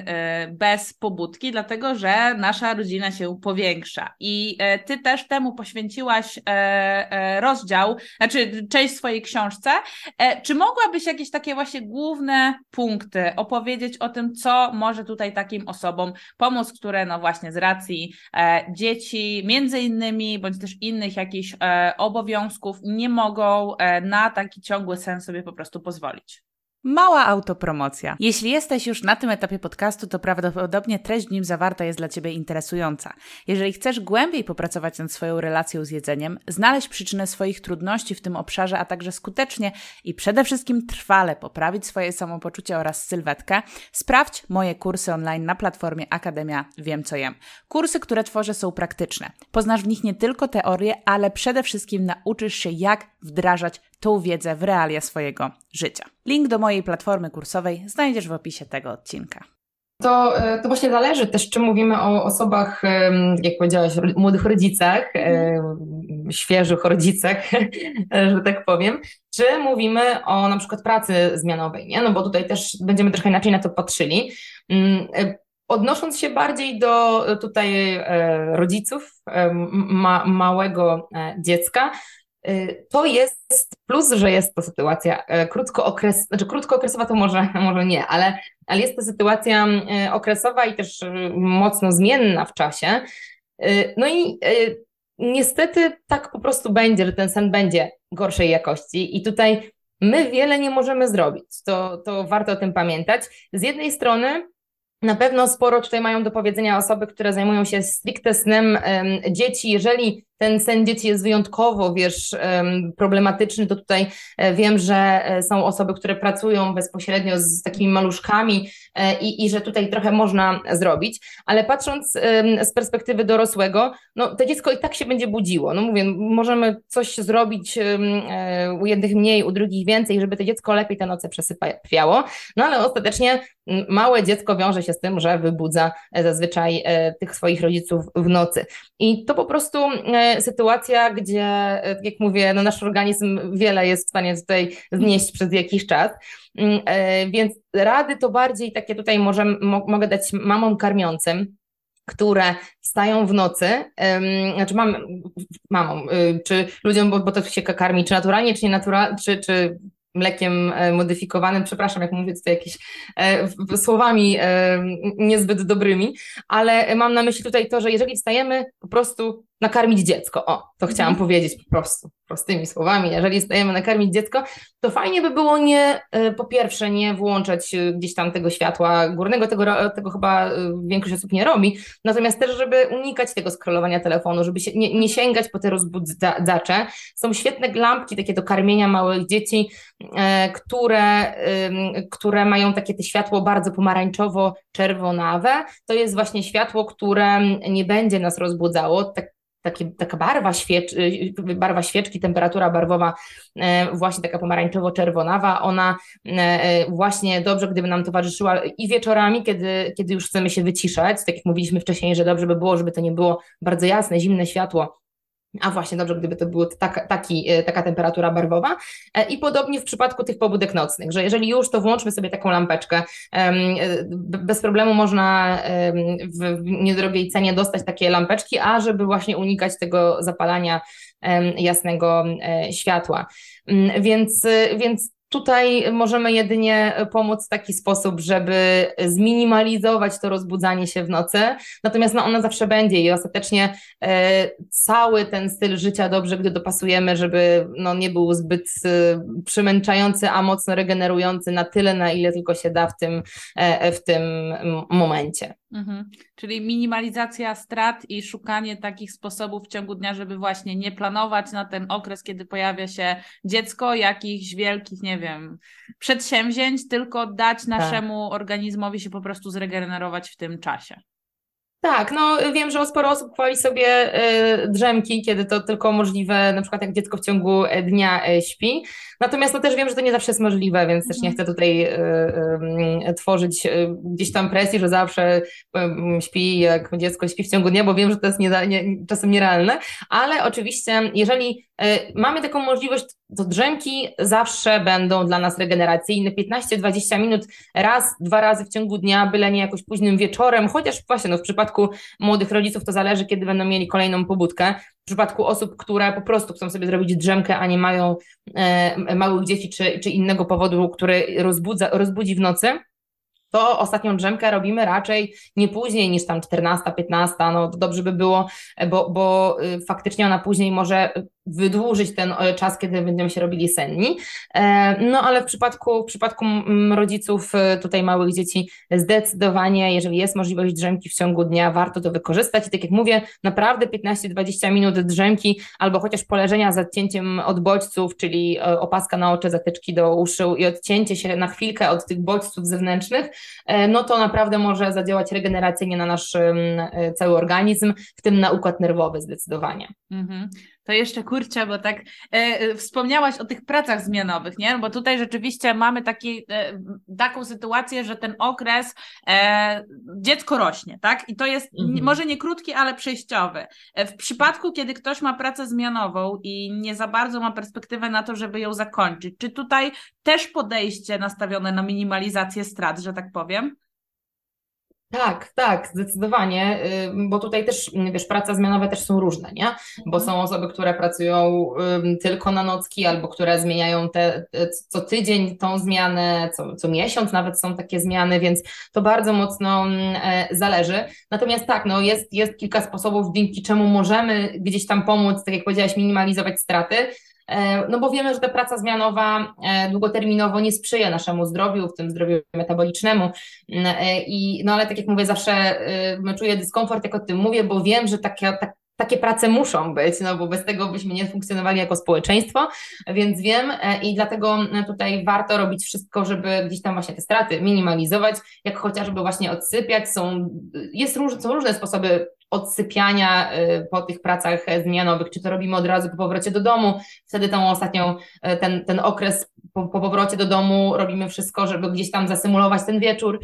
bez pobudki, dlatego że nasza rodzina się powiększa. I ty też temu poświęciłaś rozdział, znaczy część w swojej książce. Czy mogłabyś jakieś takie właśnie główne punkty opowiedzieć o tym, co może tutaj takim osobom pomóc, które no właśnie z racji dzieci, między innymi, bądź też innych jakichś obowiązków nie mogą na taki ciągły sen sobie po prostu pozwolić? Mała autopromocja. Jeśli jesteś już na tym etapie podcastu, to prawdopodobnie treść w nim zawarta jest dla Ciebie interesująca. Jeżeli chcesz głębiej popracować nad swoją relacją z jedzeniem, znaleźć przyczynę swoich trudności w tym obszarze, a także skutecznie i przede wszystkim trwale poprawić swoje samopoczucie oraz sylwetkę, sprawdź moje kursy online na platformie Akademia Wiem Co Jem. Kursy, które tworzę, są praktyczne. Poznasz w nich nie tylko teorię, ale przede wszystkim nauczysz się, jak wdrażać tą wiedzę w realia swojego życia. Link do mojej platformy kursowej znajdziesz w opisie tego odcinka. To, to właśnie zależy też, czy mówimy o osobach, jak powiedziałaś, młodych rodzicach, świeżych rodzicach, że tak powiem, czy mówimy o na przykład pracy zmianowej, nie? No bo tutaj też będziemy trochę inaczej na to patrzyli. Odnosząc się bardziej do tutaj rodziców ma, małego dziecka, to jest plus, że jest to sytuacja krótkookres, znaczy krótkookresowa to może, może nie, ale, ale jest to sytuacja okresowa i też mocno zmienna w czasie. No i niestety tak po prostu będzie, że ten sen będzie gorszej jakości i tutaj my wiele nie możemy zrobić. To, to warto o tym pamiętać. Z jednej strony na pewno sporo tutaj mają do powiedzenia osoby, które zajmują się stricte snem um, dzieci. Jeżeli ten sen dzieci jest wyjątkowo, wiesz, um, problematyczny, to tutaj e, wiem, że e, są osoby, które pracują bezpośrednio z takimi maluszkami e, i, i że tutaj trochę można zrobić, ale patrząc e, z perspektywy dorosłego, no to dziecko i tak się będzie budziło. No mówię, możemy coś zrobić e, u jednych mniej, u drugich więcej, żeby to dziecko lepiej te noce przesypiało, no ale ostatecznie małe dziecko wiąże się z tym, że wybudza zazwyczaj tych swoich rodziców w nocy. I to po prostu sytuacja, gdzie, jak mówię, no nasz organizm wiele jest w stanie tutaj znieść przez jakiś czas, więc rady to bardziej takie tutaj może, mogę dać mamom karmiącym, które wstają w nocy, um, znaczy mam, mamom, czy ludziom, bo, bo to się karmi, czy naturalnie, czy nienaturalnie, czy, czy mlekiem modyfikowanym, przepraszam, jak mówię tutaj jakimiś e, słowami e, niezbyt dobrymi, ale mam na myśli tutaj to, że jeżeli wstajemy po prostu nakarmić dziecko, o, to chciałam mm. powiedzieć po prostu, prostymi słowami, jeżeli wstajemy nakarmić dziecko, to fajnie by było nie, e, po pierwsze nie włączać gdzieś tam tego światła górnego, tego, tego chyba większość osób nie robi, natomiast też, żeby unikać tego scrollowania telefonu, żeby się nie, nie sięgać po te rozbudzacze. Są świetne lampki takie do karmienia małych dzieci, Które, które mają takie te światło bardzo pomarańczowo-czerwonawe. To jest właśnie światło, które nie będzie nas rozbudzało. Tak, takie, taka barwa, świecz, barwa świeczki, temperatura barwowa właśnie taka pomarańczowo-czerwonawa, ona właśnie dobrze, gdyby nam towarzyszyła i wieczorami, kiedy, kiedy już chcemy się wyciszać, tak jak mówiliśmy wcześniej, że dobrze by było, żeby to nie było bardzo jasne, zimne światło, A właśnie, dobrze, gdyby to była taka, taki, taka temperatura barwowa. I podobnie w przypadku tych pobudek nocnych, że jeżeli już, to włączmy sobie taką lampeczkę. Bez problemu można w niedrogiej cenie dostać takie lampeczki, a żeby właśnie unikać tego zapalania jasnego światła. Więc, więc tutaj możemy jedynie pomóc w taki sposób, żeby zminimalizować to rozbudzanie się w nocy, natomiast no, ono zawsze będzie i ostatecznie e, cały ten styl życia dobrze, gdy dopasujemy, żeby no, nie był zbyt e, przemęczający, a mocno regenerujący na tyle, na ile tylko się da w tym, e, w tym momencie. Mhm. Czyli minimalizacja strat i szukanie takich sposobów w ciągu dnia, żeby właśnie nie planować na ten okres, kiedy pojawia się dziecko, jakichś wielkich, nie wiem, przedsięwzięć, tylko dać naszemu tak. organizmowi się po prostu zregenerować w tym czasie. Tak, no wiem, że sporo osób chwali sobie y, drzemki, kiedy to tylko możliwe, na przykład jak dziecko w ciągu dnia y, śpi. Natomiast no też wiem, że to nie zawsze jest możliwe, więc też nie chcę tutaj y, y, tworzyć y, gdzieś tam presji, że zawsze y, śpi, jak dziecko śpi w ciągu dnia, bo wiem, że to jest nie, nie, czasem nierealne, ale oczywiście jeżeli y, mamy taką możliwość, to drzemki zawsze będą dla nas regeneracyjne, piętnaście dwadzieścia minut raz, dwa razy w ciągu dnia, byle nie jakoś późnym wieczorem, chociaż właśnie no, w przypadku młodych rodziców to zależy, kiedy będą mieli kolejną pobudkę. W przypadku osób, które po prostu chcą sobie zrobić drzemkę, a nie mają e, małych dzieci czy, czy innego powodu, który rozbudza, rozbudzi w nocy, to ostatnią drzemkę robimy raczej nie później niż tam czternasta, piętnasta, no to dobrze by było, bo, bo faktycznie ona później może wydłużyć ten czas, kiedy będziemy się robili senni. No ale w przypadku, w przypadku rodziców tutaj małych dzieci zdecydowanie, jeżeli jest możliwość drzemki w ciągu dnia, warto to wykorzystać i tak jak mówię, naprawdę piętnaście dwadzieścia minut drzemki albo chociaż poleżenia z odcięciem od bodźców, czyli opaska na oczy, zatyczki do uszu i odcięcie się na chwilkę od tych bodźców zewnętrznych, no to naprawdę może zadziałać regeneracyjnie na nasz cały organizm, w tym na układ nerwowy zdecydowanie. Mhm. To jeszcze kurczę, bo tak e, wspomniałaś o tych pracach zmianowych, nie? Bo tutaj rzeczywiście mamy taki, e, taką sytuację, że ten okres e, dziecko rośnie, tak? I to jest mhm. może nie krótki, ale przejściowy. E, w przypadku, kiedy ktoś ma pracę zmianową i nie za bardzo ma perspektywę na to, żeby ją zakończyć, czy tutaj też podejście nastawione na minimalizację strat, że tak powiem? Tak, tak, zdecydowanie, bo tutaj też, wiesz, prace zmianowe też są różne, nie? Bo są osoby, które pracują tylko na nocki albo które zmieniają te, co tydzień tą zmianę, co, co miesiąc nawet są takie zmiany, więc to bardzo mocno zależy. Natomiast tak, no jest, jest kilka sposobów, dzięki czemu możemy gdzieś tam pomóc, tak jak powiedziałaś, minimalizować straty. No bo wiemy, że ta praca zmianowa długoterminowo nie sprzyja naszemu zdrowiu, w tym zdrowiu metabolicznemu i no ale tak jak mówię, zawsze czuję dyskomfort, jak o tym mówię, bo wiem, że takie, tak, takie prace muszą być, no bo bez tego byśmy nie funkcjonowali jako społeczeństwo, więc wiem i dlatego tutaj warto robić wszystko, żeby gdzieś tam właśnie te straty minimalizować, jak chociażby właśnie odsypiać, są, jest róż, są różne sposoby odsypiania po tych pracach zmianowych, czy to robimy od razu po powrocie do domu, wtedy tą ostatnią, ten, ten okres po, po powrocie do domu robimy wszystko, żeby gdzieś tam zasymulować ten wieczór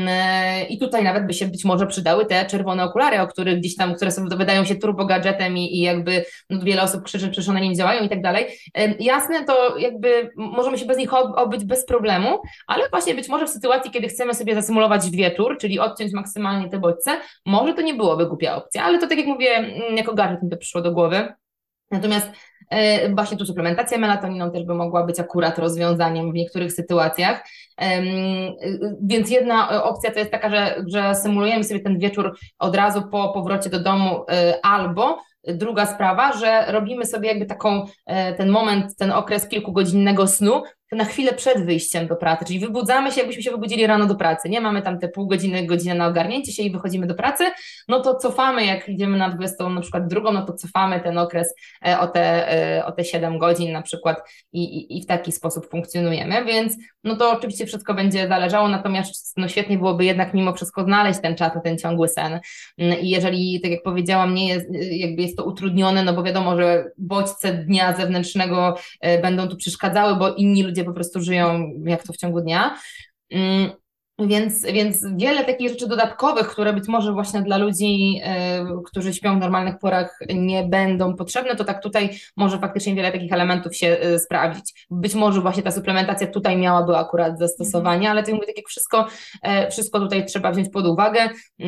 i tutaj nawet by się być może przydały te czerwone okulary, o których gdzieś tam, które są, wydają się turbo gadżetem i, i jakby no, wiele osób krzyczy, że one nie działają i tak dalej. Jasne, to jakby możemy się bez nich obyć bez problemu, ale właśnie być może w sytuacji, kiedy chcemy sobie zasymulować wieczór, czyli odciąć maksymalnie te bodźce, może to nie byłoby głupia opcja, ale to tak jak mówię, jako gadżet mi to przyszło do głowy. Natomiast e, właśnie tu suplementacja melatoniną też by mogła być akurat rozwiązaniem w niektórych sytuacjach. E, więc jedna opcja to jest taka, że, że symulujemy sobie ten wieczór od razu po powrocie do domu e, albo druga sprawa, że robimy sobie jakby taką, e, ten moment, ten okres kilkugodzinnego snu, na chwilę przed wyjściem do pracy, czyli wybudzamy się, jakbyśmy się wybudzili rano do pracy, nie? Mamy tam te pół godziny, godzinę na ogarnięcie się i wychodzimy do pracy, no to cofamy, jak idziemy na dwudziestą, na przykład drugą, no to cofamy ten okres o te, o te siedem godzin na przykład i, i, i w taki sposób funkcjonujemy, więc no to oczywiście wszystko będzie zależało, natomiast no świetnie byłoby jednak mimo wszystko znaleźć ten czas na ten ciągły sen i jeżeli, tak jak powiedziałam, nie jest, jakby jest to utrudnione, no bo wiadomo, że bodźce dnia zewnętrznego będą tu przeszkadzały, bo inni ludzie po prostu żyją jak to w ciągu dnia, Więc, więc wiele takich rzeczy dodatkowych, które być może właśnie dla ludzi, y, którzy śpią w normalnych porach, nie będą potrzebne, to tak tutaj może faktycznie wiele takich elementów się y, sprawdzić. Być może właśnie ta suplementacja tutaj miałaby akurat zastosowanie, mm-hmm. ale to mówię, tak jak wszystko, y, wszystko tutaj trzeba wziąć pod uwagę.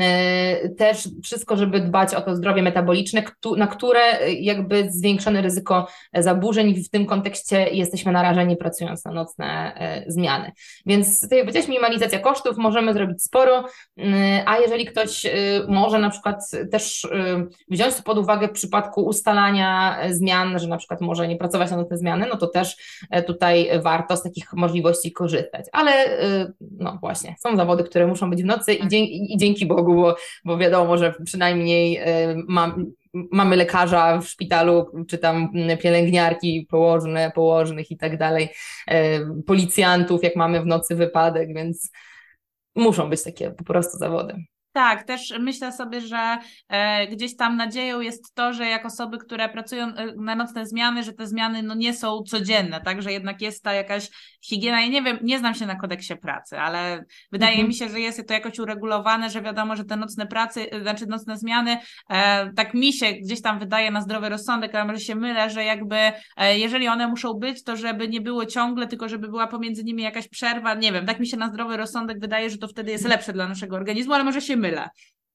Y, też wszystko, żeby dbać o to zdrowie metaboliczne, ktu, na które y, jakby zwiększone ryzyko zaburzeń. W tym kontekście jesteśmy narażeni, pracując na nocne y, zmiany. Więc tutaj powiedziałeś, minimalizacja kosztów, możemy zrobić sporo, a jeżeli ktoś może na przykład też wziąć to pod uwagę w przypadku ustalania zmian, że na przykład może nie pracować na te zmiany, no to też tutaj warto z takich możliwości korzystać. Ale no właśnie, są zawody, które muszą być w nocy i, dzięki, i dzięki Bogu, bo, bo wiadomo, że przynajmniej mam mamy lekarza w szpitalu, czy tam pielęgniarki, położne, położnych i tak dalej, policjantów, jak mamy w nocy wypadek, więc muszą być takie po prostu zawody. Tak, też myślę sobie, że e, gdzieś tam nadzieją jest to, że jak osoby, które pracują na nocne zmiany, że te zmiany no, nie są codzienne, tak, że jednak jest ta jakaś higiena. Ja nie wiem, nie znam się na kodeksie pracy, ale wydaje mhm. mi się, że jest to jakoś uregulowane, że wiadomo, że te nocne pracy, znaczy nocne zmiany, e, tak mi się gdzieś tam wydaje na zdrowy rozsądek, ale może się mylę, że jakby e, jeżeli one muszą być, to żeby nie było ciągle, tylko żeby była pomiędzy nimi jakaś przerwa, nie wiem, tak mi się na zdrowy rozsądek wydaje, że to wtedy jest lepsze dla naszego organizmu, ale może się mylę.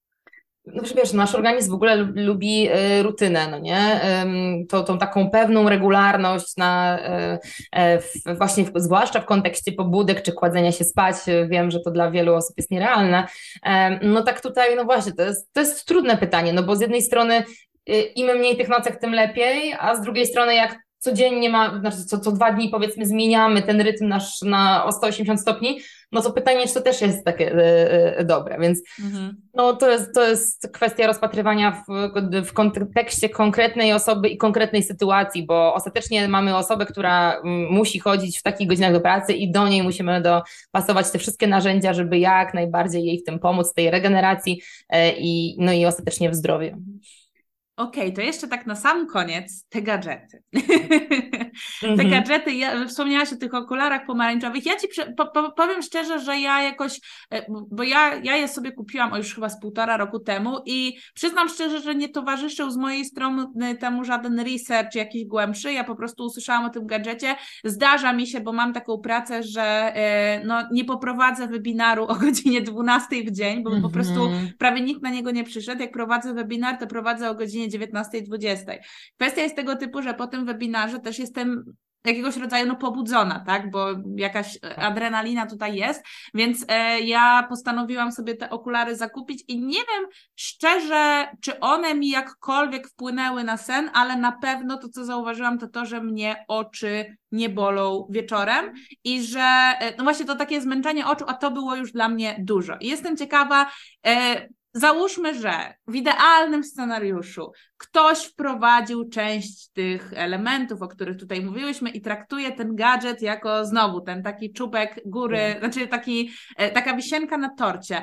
No wiesz, nasz organizm w ogóle lubi y, rutynę, no nie? Ym, to, tą taką pewną regularność na y, y, w, właśnie w, zwłaszcza w kontekście pobudek czy kładzenia się spać, wiem, że to dla wielu osób jest nierealne. Ym, no tak tutaj, no właśnie, to jest, to jest trudne pytanie, no bo z jednej strony y, im mniej tych nocek, tym lepiej, a z drugiej strony jak codziennie ma, znaczy co, co dwa dni powiedzmy zmieniamy ten rytm nasz na o sto osiemdziesiąt stopni, no to pytanie, czy to też jest takie y, y, dobre, więc mhm. no to jest, to jest kwestia rozpatrywania w, w kontekście konkretnej osoby i konkretnej sytuacji, bo ostatecznie mamy osobę, która m, musi chodzić w takich godzinach do pracy i do niej musimy dopasować te wszystkie narzędzia, żeby jak najbardziej jej w tym pomóc, tej regeneracji y, i, no i ostatecznie w zdrowiu. Okej, okay, to jeszcze tak na sam koniec te gadżety. Mm-hmm. Te gadżety, ja, wspomniałaś o tych okularach pomarańczowych. Ja ci po, po, powiem szczerze, że ja jakoś, bo ja, ja je sobie kupiłam o już chyba z półtora roku temu i przyznam szczerze, że nie towarzyszył z mojej strony temu żaden research jakiś głębszy. Ja po prostu usłyszałam o tym gadżecie. Zdarza mi się, bo mam taką pracę, że no, nie poprowadzę webinaru o godzinie dwunastej w dzień, bo mm-hmm. po prostu prawie nikt na niego nie przyszedł. Jak prowadzę webinar, to prowadzę o godzinie dziewiętnastej dwudziestej. Kwestia jest tego typu, że po tym webinarze też jestem jakiegoś rodzaju no, pobudzona, tak, bo jakaś adrenalina tutaj jest, więc e, ja postanowiłam sobie te okulary zakupić i nie wiem szczerze, czy one mi jakkolwiek wpłynęły na sen, ale na pewno to, co zauważyłam, to to, że mnie oczy nie bolą wieczorem i że no właśnie to takie zmęczenie oczu, a to było już dla mnie dużo. I jestem ciekawa, e, załóżmy, że w idealnym scenariuszu ktoś wprowadził część tych elementów, o których tutaj mówiłyśmy i traktuje ten gadżet jako znowu ten taki czubek góry, yeah. znaczy taki, taka wisienka na torcie.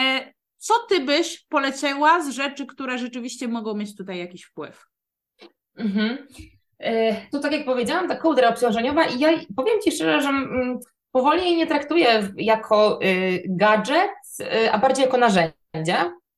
Co ty byś poleciała z rzeczy, które rzeczywiście mogą mieć tutaj jakiś wpływ? Mhm. To tak jak powiedziałam, ta kołdra obciążeniowa i ja powiem ci szczerze, że powoli jej nie traktuję jako gadżet, a bardziej jako narzędzie.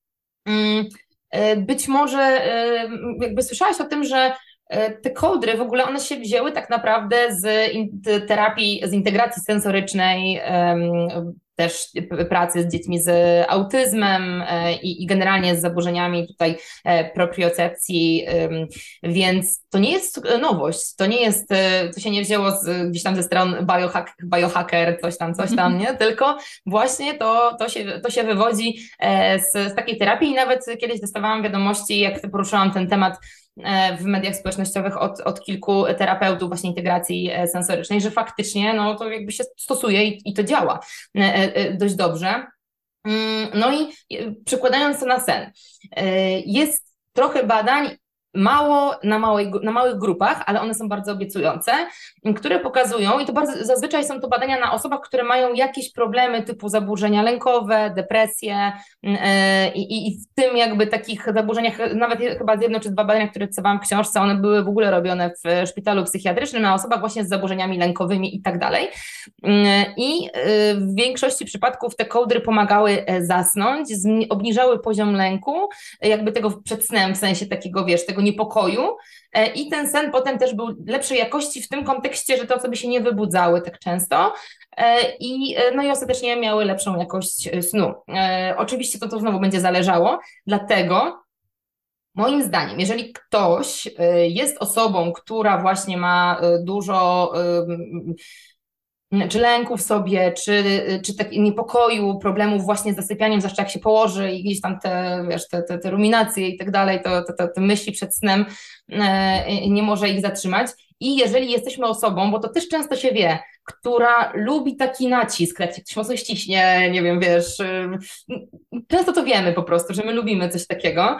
Być może jakby słyszałaś o tym, że te kołdry w ogóle one się wzięły tak naprawdę z terapii, z integracji sensorycznej, też pracy z dziećmi z autyzmem i, i generalnie z zaburzeniami tutaj propriocepcji, więc to nie jest nowość, to nie jest, to się nie wzięło z, gdzieś tam ze stron biohack, biohacker, coś tam, coś tam, nie? Tylko właśnie to, to, się, to się wywodzi z, z takiej terapii i nawet kiedyś dostawałam wiadomości, jak poruszyłam ten temat w mediach społecznościowych od, od kilku terapeutów właśnie integracji sensorycznej, że faktycznie no, to jakby się stosuje i, i to działa dość dobrze. No i przekładając to na sen, jest trochę badań mało na, małej, na małych grupach, ale one są bardzo obiecujące, które pokazują, i to bardzo, zazwyczaj są to badania na osobach, które mają jakieś problemy typu zaburzenia lękowe, depresje yy, i, i w tym jakby takich zaburzeniach, nawet chyba jedno czy dwa badania, które cytowałam w książce, one były w ogóle robione w szpitalu psychiatrycznym na osobach właśnie z zaburzeniami lękowymi i tak dalej. I w większości przypadków te kołdry pomagały zasnąć, obniżały poziom lęku, jakby tego przed snem, w sensie takiego, wiesz, tego niepokoju, i ten sen potem też był lepszej jakości w tym kontekście, że te osoby się nie wybudzały tak często i, no i ostatecznie miały lepszą jakość snu. Oczywiście to, to znowu będzie zależało, dlatego moim zdaniem, jeżeli ktoś jest osobą, która właśnie ma dużo czy lęku w sobie, czy, czy tak niepokoju, problemów właśnie z zasypianiem, zwłaszcza jak się położy i gdzieś tam te, wiesz, te, te, te ruminacje i tak dalej, to, to, to, te myśli przed snem, e, nie może ich zatrzymać. I jeżeli jesteśmy osobą, bo to też często się wie, która lubi taki nacisk, jak ktoś mocno ściśnie, nie wiem, wiesz, często to wiemy po prostu, że my lubimy coś takiego,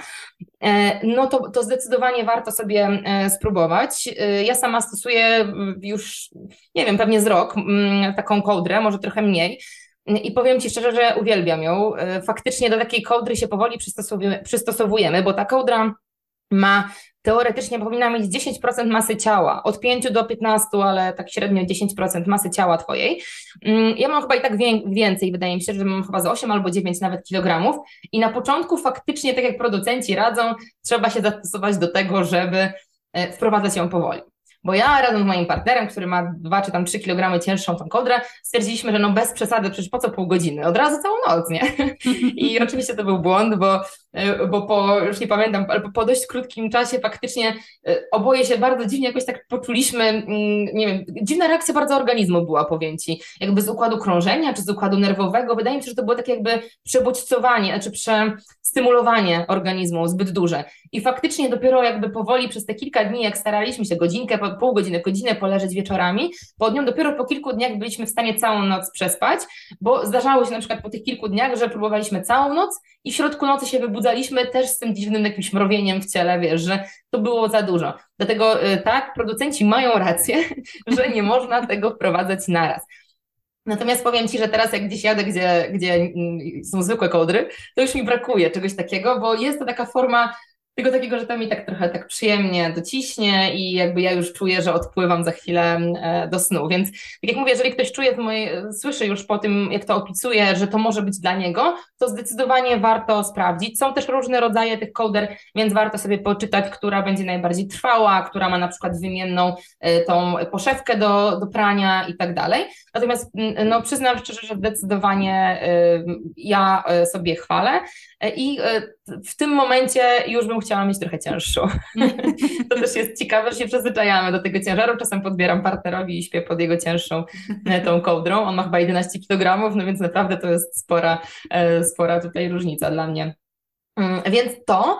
no to, to zdecydowanie warto sobie spróbować. Ja sama stosuję już, nie wiem, pewnie z rok taką kołdrę, może trochę mniej, i powiem Ci szczerze, że uwielbiam ją. Faktycznie do takiej kołdry się powoli przystosowujemy, przystosowujemy, bo ta kołdra ma teoretycznie powinna mieć dziesięć procent masy ciała, od pięciu do piętnastu, ale tak średnio dziesięć procent masy ciała Twojej. Ja mam chyba i tak więcej, wydaje mi się, że mam chyba z osiem albo dziewięć nawet kilogramów, i na początku faktycznie, tak jak producenci radzą, trzeba się zastosować do tego, żeby wprowadzać ją powoli. Bo ja razem z moim partnerem, który ma dwa czy tam trzy kilogramy cięższą tą kołdrę, stwierdziliśmy, że no bez przesady, przecież po co pół godziny? Od razu całą noc, nie? I oczywiście to był błąd, bo, bo po, już nie pamiętam, ale po dość krótkim czasie faktycznie oboje się bardzo dziwnie jakoś tak poczuliśmy, nie wiem, dziwna reakcja bardzo organizmu była, powiem Ci, jakby z układu krążenia czy z układu nerwowego. Wydaje mi się, że to było takie jakby przebodźcowanie, znaczy przestymulowanie organizmu zbyt duże. I faktycznie dopiero jakby powoli przez te kilka dni, jak staraliśmy się godzinkę, pół godziny, godzinę poleżeć wieczorami, pod nią dopiero po kilku dniach byliśmy w stanie całą noc przespać, bo zdarzało się na przykład po tych kilku dniach, że próbowaliśmy całą noc i w środku nocy się wybudzaliśmy też z tym dziwnym jakimś mrowieniem w ciele, wiesz, że to było za dużo. Dlatego tak, producenci mają rację, że nie można tego wprowadzać naraz. Natomiast powiem Ci, że teraz jak gdzieś jadę, gdzie, gdzie są zwykłe kołdry, to już mi brakuje czegoś takiego, bo jest to taka forma tego takiego, że to mi tak trochę tak przyjemnie dociśnie i jakby ja już czuję, że odpływam za chwilę do snu, więc tak jak mówię, jeżeli ktoś czuje, moje, słyszy już po tym, jak to opisuję, że to może być dla niego, to zdecydowanie warto sprawdzić. Są też różne rodzaje tych kołder, więc warto sobie poczytać, która będzie najbardziej trwała, która ma na przykład wymienną tą poszewkę do, do prania i tak dalej. Natomiast no, przyznam szczerze, że zdecydowanie ja sobie chwalę i w tym momencie już bym chciała mieć trochę cięższą. To też jest ciekawe, że się przyzwyczajamy do tego ciężaru. Czasem podbieram partnerowi i śpię pod jego cięższą tą kołdrą. On ma chyba jedenaście kilogramów, no więc naprawdę to jest spora, spora tutaj różnica dla mnie. Więc to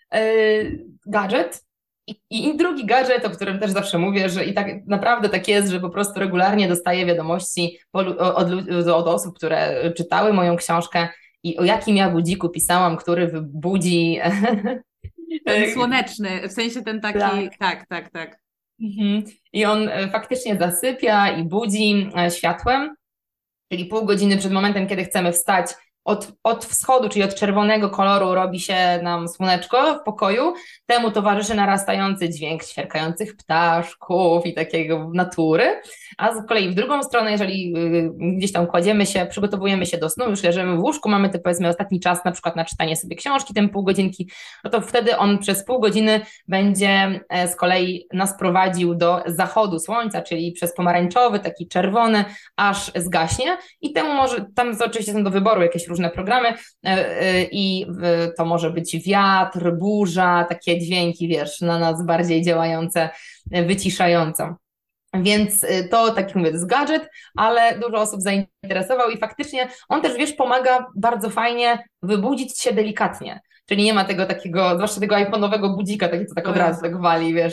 gadżet. I, I drugi gadżet, o którym też zawsze mówię, że i tak naprawdę tak jest, że po prostu regularnie dostaję wiadomości od, od, od osób, które czytały moją książkę, i o jakim ja budziku pisałam, który wybudzi... Ten słoneczny, w sensie ten taki, tak, tak, tak. tak. Mhm. I on faktycznie zasypia i budzi światłem, czyli pół godziny przed momentem, kiedy chcemy wstać, Od, od wschodu, czyli od czerwonego koloru robi się nam słoneczko w pokoju, temu towarzyszy narastający dźwięk ćwierkających ptaszków i takiego natury, a z kolei w drugą stronę, jeżeli gdzieś tam kładziemy się, przygotowujemy się do snu, już leżymy w łóżku, mamy te powiedzmy ostatni czas na przykład na czytanie sobie książki, ten pół godzinki, no to wtedy on przez pół godziny będzie z kolei nas prowadził do zachodu słońca, czyli przez pomarańczowy, taki czerwony, aż zgaśnie i temu może, tam oczywiście są do wyboru jakieś różne programy i to może być wiatr, burza, takie dźwięki, wiesz, na nas bardziej działające, wyciszająco. Więc to, tak jak mówię, to jest gadżet, ale dużo osób zainteresował i faktycznie on też, wiesz, pomaga bardzo fajnie wybudzić się delikatnie. Czyli nie ma tego takiego, zwłaszcza tego iPhone'owego budzika, taki co tak od razu tak wali, wiesz.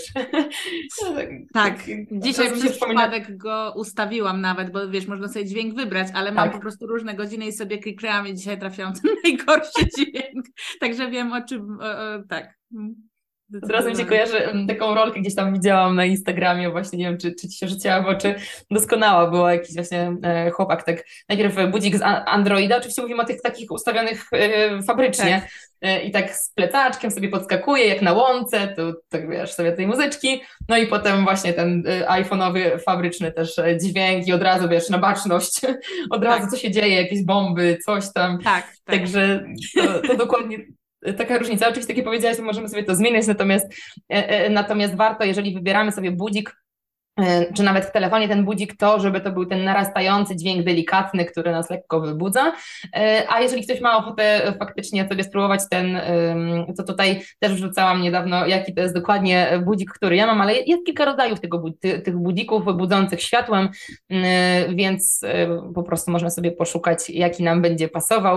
Tak, dzisiaj przez przypadek go ustawiłam nawet, bo wiesz, można sobie dźwięk wybrać, ale mam tak. po prostu różne godziny i sobie kliknęłam i dzisiaj trafiłam ten najgorszy dźwięk. Także wiem o czym, o, o, tak. Teraz mi się kojarzy taką rolkę, gdzieś tam widziałam na Instagramie właśnie, nie wiem, czy, czy ci się rzuciła w oczy, doskonała była jakiś właśnie e, chłopak, tak najpierw budzik z a- Androida, oczywiście mówimy o tych takich ustawionych e, fabrycznie Tak. e, i tak z plecaczkiem sobie podskakuje, jak na łące, to tak wiesz, sobie tej muzyczki, no i potem właśnie ten e, iPhone'owy fabryczny też e, dźwięk i od razu wiesz, na baczność, od razu Tak. co się dzieje, jakieś bomby, coś tam, Tak, tak. także to, to dokładnie taka różnica. Oczywiście, tak jak powiedziałaś, to możemy sobie to zmieniać, natomiast, e, e, natomiast warto, jeżeli wybieramy sobie budzik, e, czy nawet w telefonie ten budzik, to żeby to był ten narastający dźwięk delikatny, który nas lekko wybudza, e, a jeżeli ktoś ma ochotę faktycznie sobie spróbować ten, e, to tutaj też wrzucałam niedawno, jaki to jest dokładnie budzik, który ja mam, ale jest kilka rodzajów tego, ty, tych budzików budzących światłem, e, więc e, po prostu można sobie poszukać, jaki nam będzie pasował.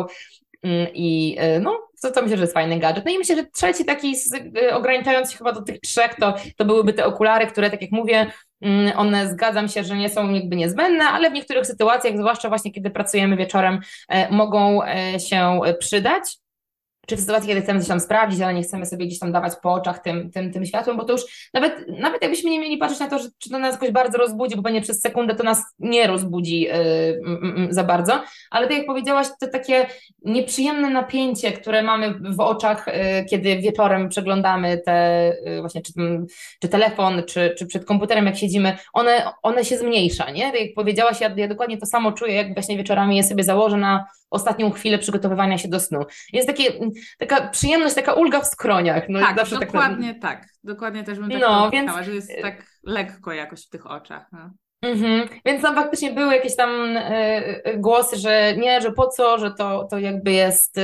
I no, to, to myślę, że jest fajny gadżet. No i myślę, że trzeci taki, ograniczając się chyba do tych trzech, to, to byłyby te okulary, które, tak jak mówię, one zgadzam się, że nie są jakby niezbędne, ale w niektórych sytuacjach, zwłaszcza właśnie kiedy pracujemy wieczorem, mogą się przydać. Czy w sytuacji, kiedy chcemy coś tam sprawdzić, ale nie chcemy sobie gdzieś tam dawać po oczach tym, tym, tym światłem, bo to już nawet, nawet jakbyśmy nie mieli patrzeć na to, że, czy to nas jakoś bardzo rozbudzi, bo pewnie przez sekundę to nas nie rozbudzi yy, yy, za bardzo, ale tak jak powiedziałaś, to takie nieprzyjemne napięcie, które mamy w oczach, yy, kiedy wieczorem przeglądamy te yy, właśnie, czy, czy telefon, czy, czy przed komputerem, jak siedzimy, one, one się zmniejsza, nie? Tak jak powiedziałaś, ja, ja dokładnie to samo czuję, jak właśnie wieczorami je sobie założę na ostatnią chwilę przygotowywania się do snu. Jest takie, taka przyjemność, taka ulga w skroniach. No, tak, zawsze dokładnie tak, tak. Dokładnie też bym tak no, więc... że jest tak lekko jakoś w tych oczach. No. Mhm. Więc tam faktycznie były jakieś tam y, głosy, że nie, że po co, że to, to jakby jest, y,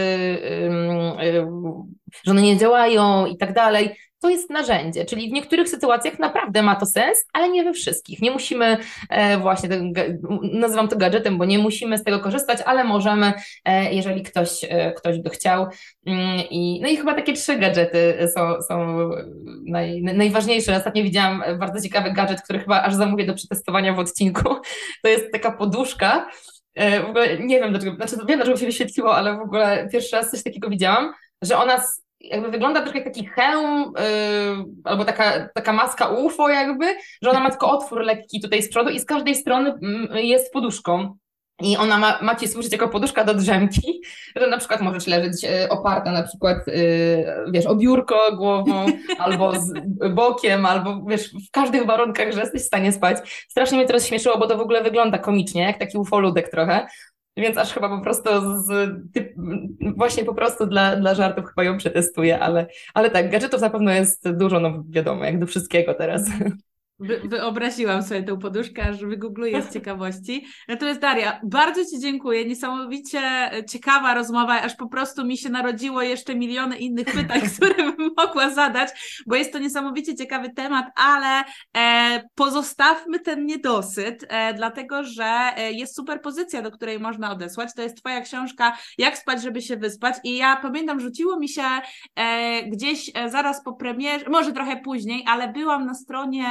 y, y, że one nie działają i tak dalej. To jest narzędzie, czyli w niektórych sytuacjach naprawdę ma to sens, ale nie we wszystkich. Nie musimy e, właśnie, tego, nazywam to gadżetem, bo nie musimy z tego korzystać, ale możemy, e, jeżeli ktoś, e, ktoś by chciał. I, no i chyba takie trzy gadżety są, są naj, najważniejsze. Ostatnio widziałam bardzo ciekawy gadżet, który chyba aż zamówię do przetestowania w odcinku. To jest taka poduszka. W ogóle nie wiem dlaczego, znaczy wiem dlaczego się wyświetliło, ale w ogóle pierwszy raz coś takiego widziałam, że ona jakby wygląda troszkę jak taki hełm yy, albo taka, taka maska U F O jakby, że ona ma tylko otwór lekki tutaj z przodu i z każdej strony jest poduszką. I ona ma, ma Ci służyć jako poduszka do drzemki, że na przykład możesz leżeć y, oparta na przykład, y, wiesz, o biurko głową, albo z bokiem, albo wiesz, w każdych warunkach, że jesteś w stanie spać. Strasznie mnie to rozśmieszyło, bo to w ogóle wygląda komicznie, jak taki ufoludek trochę. Więc aż chyba po prostu z, typ, właśnie po prostu dla, dla żartów chyba ją przetestuję, ale, ale tak, gadżetów na pewno jest dużo, no wiadomo, jak do wszystkiego teraz. Wy, wyobraziłam sobie tę poduszkę, aż wygoogluję z ciekawości. Natomiast Daria, bardzo Ci dziękuję, niesamowicie ciekawa rozmowa, aż po prostu mi się narodziło jeszcze miliony innych pytań, które bym mogła zadać, bo jest to niesamowicie ciekawy temat, ale e, pozostawmy ten niedosyt, e, dlatego że e, jest super pozycja, do której można odesłać. To jest Twoja książka Jak spać, żeby się wyspać i ja pamiętam, rzuciło mi się e, gdzieś e, zaraz po premierze, może trochę później, ale byłam na stronie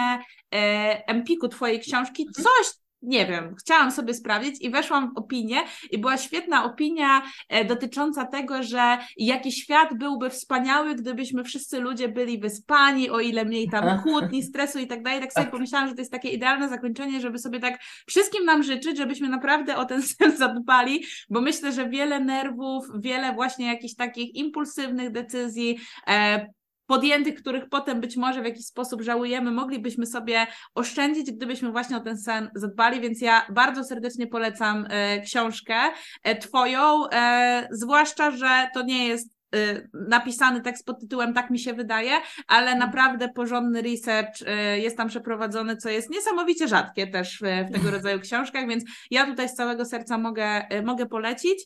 Empiku Twojej książki, coś, nie wiem, chciałam sobie sprawdzić i weszłam w opinię i była świetna opinia dotycząca tego, że jaki świat byłby wspaniały, gdybyśmy wszyscy ludzie byli wyspani, o ile mniej tam kłótni, stresu i tak dalej. Tak sobie pomyślałam, że to jest takie idealne zakończenie, żeby sobie tak wszystkim nam życzyć, żebyśmy naprawdę o ten sen zadbali, bo myślę, że wiele nerwów, wiele właśnie jakichś takich impulsywnych decyzji, e, podjętych, których potem być może w jakiś sposób żałujemy, moglibyśmy sobie oszczędzić, gdybyśmy właśnie o ten sen zadbali, więc ja bardzo serdecznie polecam e, książkę e, Twoją, e, zwłaszcza, że to nie jest napisany tekst pod tytułem Tak mi się wydaje, ale naprawdę porządny research jest tam przeprowadzony, co jest niesamowicie rzadkie też w tego rodzaju książkach, więc ja tutaj z całego serca mogę, mogę polecić.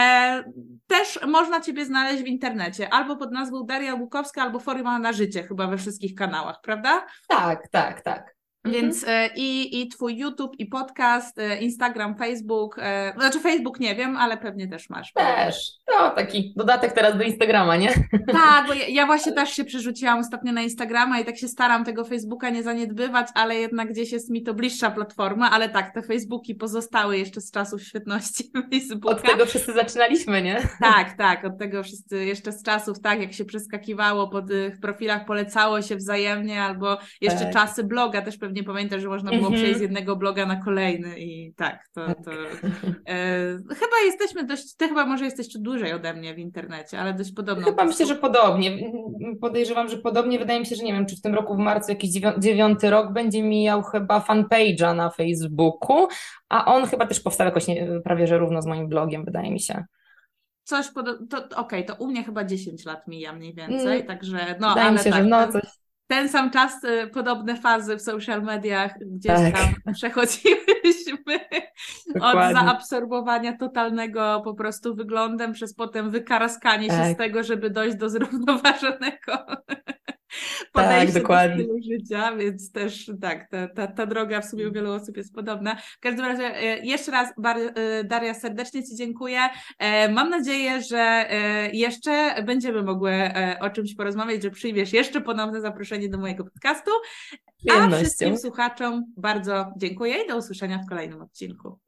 Też można Ciebie znaleźć w internecie, albo pod nazwą Daria Bukowska, albo Forma na życie, chyba we wszystkich kanałach, prawda? Tak, tak, tak. Więc e, i, i twój YouTube, i podcast, e, Instagram, Facebook, e, znaczy Facebook nie wiem, ale pewnie też masz. Też, no taki dodatek teraz do Instagrama, nie? Tak, bo ja, ja właśnie też się przerzuciłam ostatnio na Instagrama i tak się staram tego Facebooka nie zaniedbywać, ale jednak gdzieś jest mi to bliższa platforma, ale tak, te Facebooki pozostały jeszcze z czasów świetności Facebooka. Od tego wszyscy zaczynaliśmy, nie? Tak, tak, od tego wszyscy jeszcze z czasów, tak, jak się przeskakiwało po tych profilach, polecało się wzajemnie, albo jeszcze Tak. czasy bloga, też pewnie pamiętasz, że można było Mhm. przejść z jednego bloga na kolejny i tak, to, to e, chyba jesteśmy dość, ty chyba może jesteś tu dłużej ode mnie w internecie, ale dość podobną. Chyba myślę, że podobnie. Podejrzewam, że podobnie. Wydaje mi się, że nie wiem, czy w tym roku w marcu jakiś dziewią- dziewiąty rok będzie mijał chyba fanpage'a na Facebooku, a on chyba też powstał jakoś nie, prawie że równo z moim blogiem, wydaje mi się. Coś, podo- to, to okej, to u mnie chyba dziesięć lat mija mniej więcej, Mm, także no, wydaje ale mi się, tak, że no ten, coś. ten sam czas, y, podobne fazy w social mediach, gdzieś Tak. tam przechodziłyśmy od Dokładnie. zaabsorbowania totalnego po prostu wyglądem, przez potem wykaraskanie się Tak. z tego, żeby dojść do zrównoważonego podejścia do dokładnie. stylu życia, więc też tak, ta, ta, ta droga w sumie u wielu osób jest podobna. W każdym razie e, jeszcze raz Bar- e, Daria, serdecznie Ci dziękuję. E, Mam nadzieję, że e, jeszcze będziemy mogły e, o czymś porozmawiać, że przyjmiesz jeszcze ponowne zaproszenie do mojego podcastu. A Przyjemnością. wszystkim słuchaczom bardzo dziękuję i do usłyszenia w kolejnym odcinku.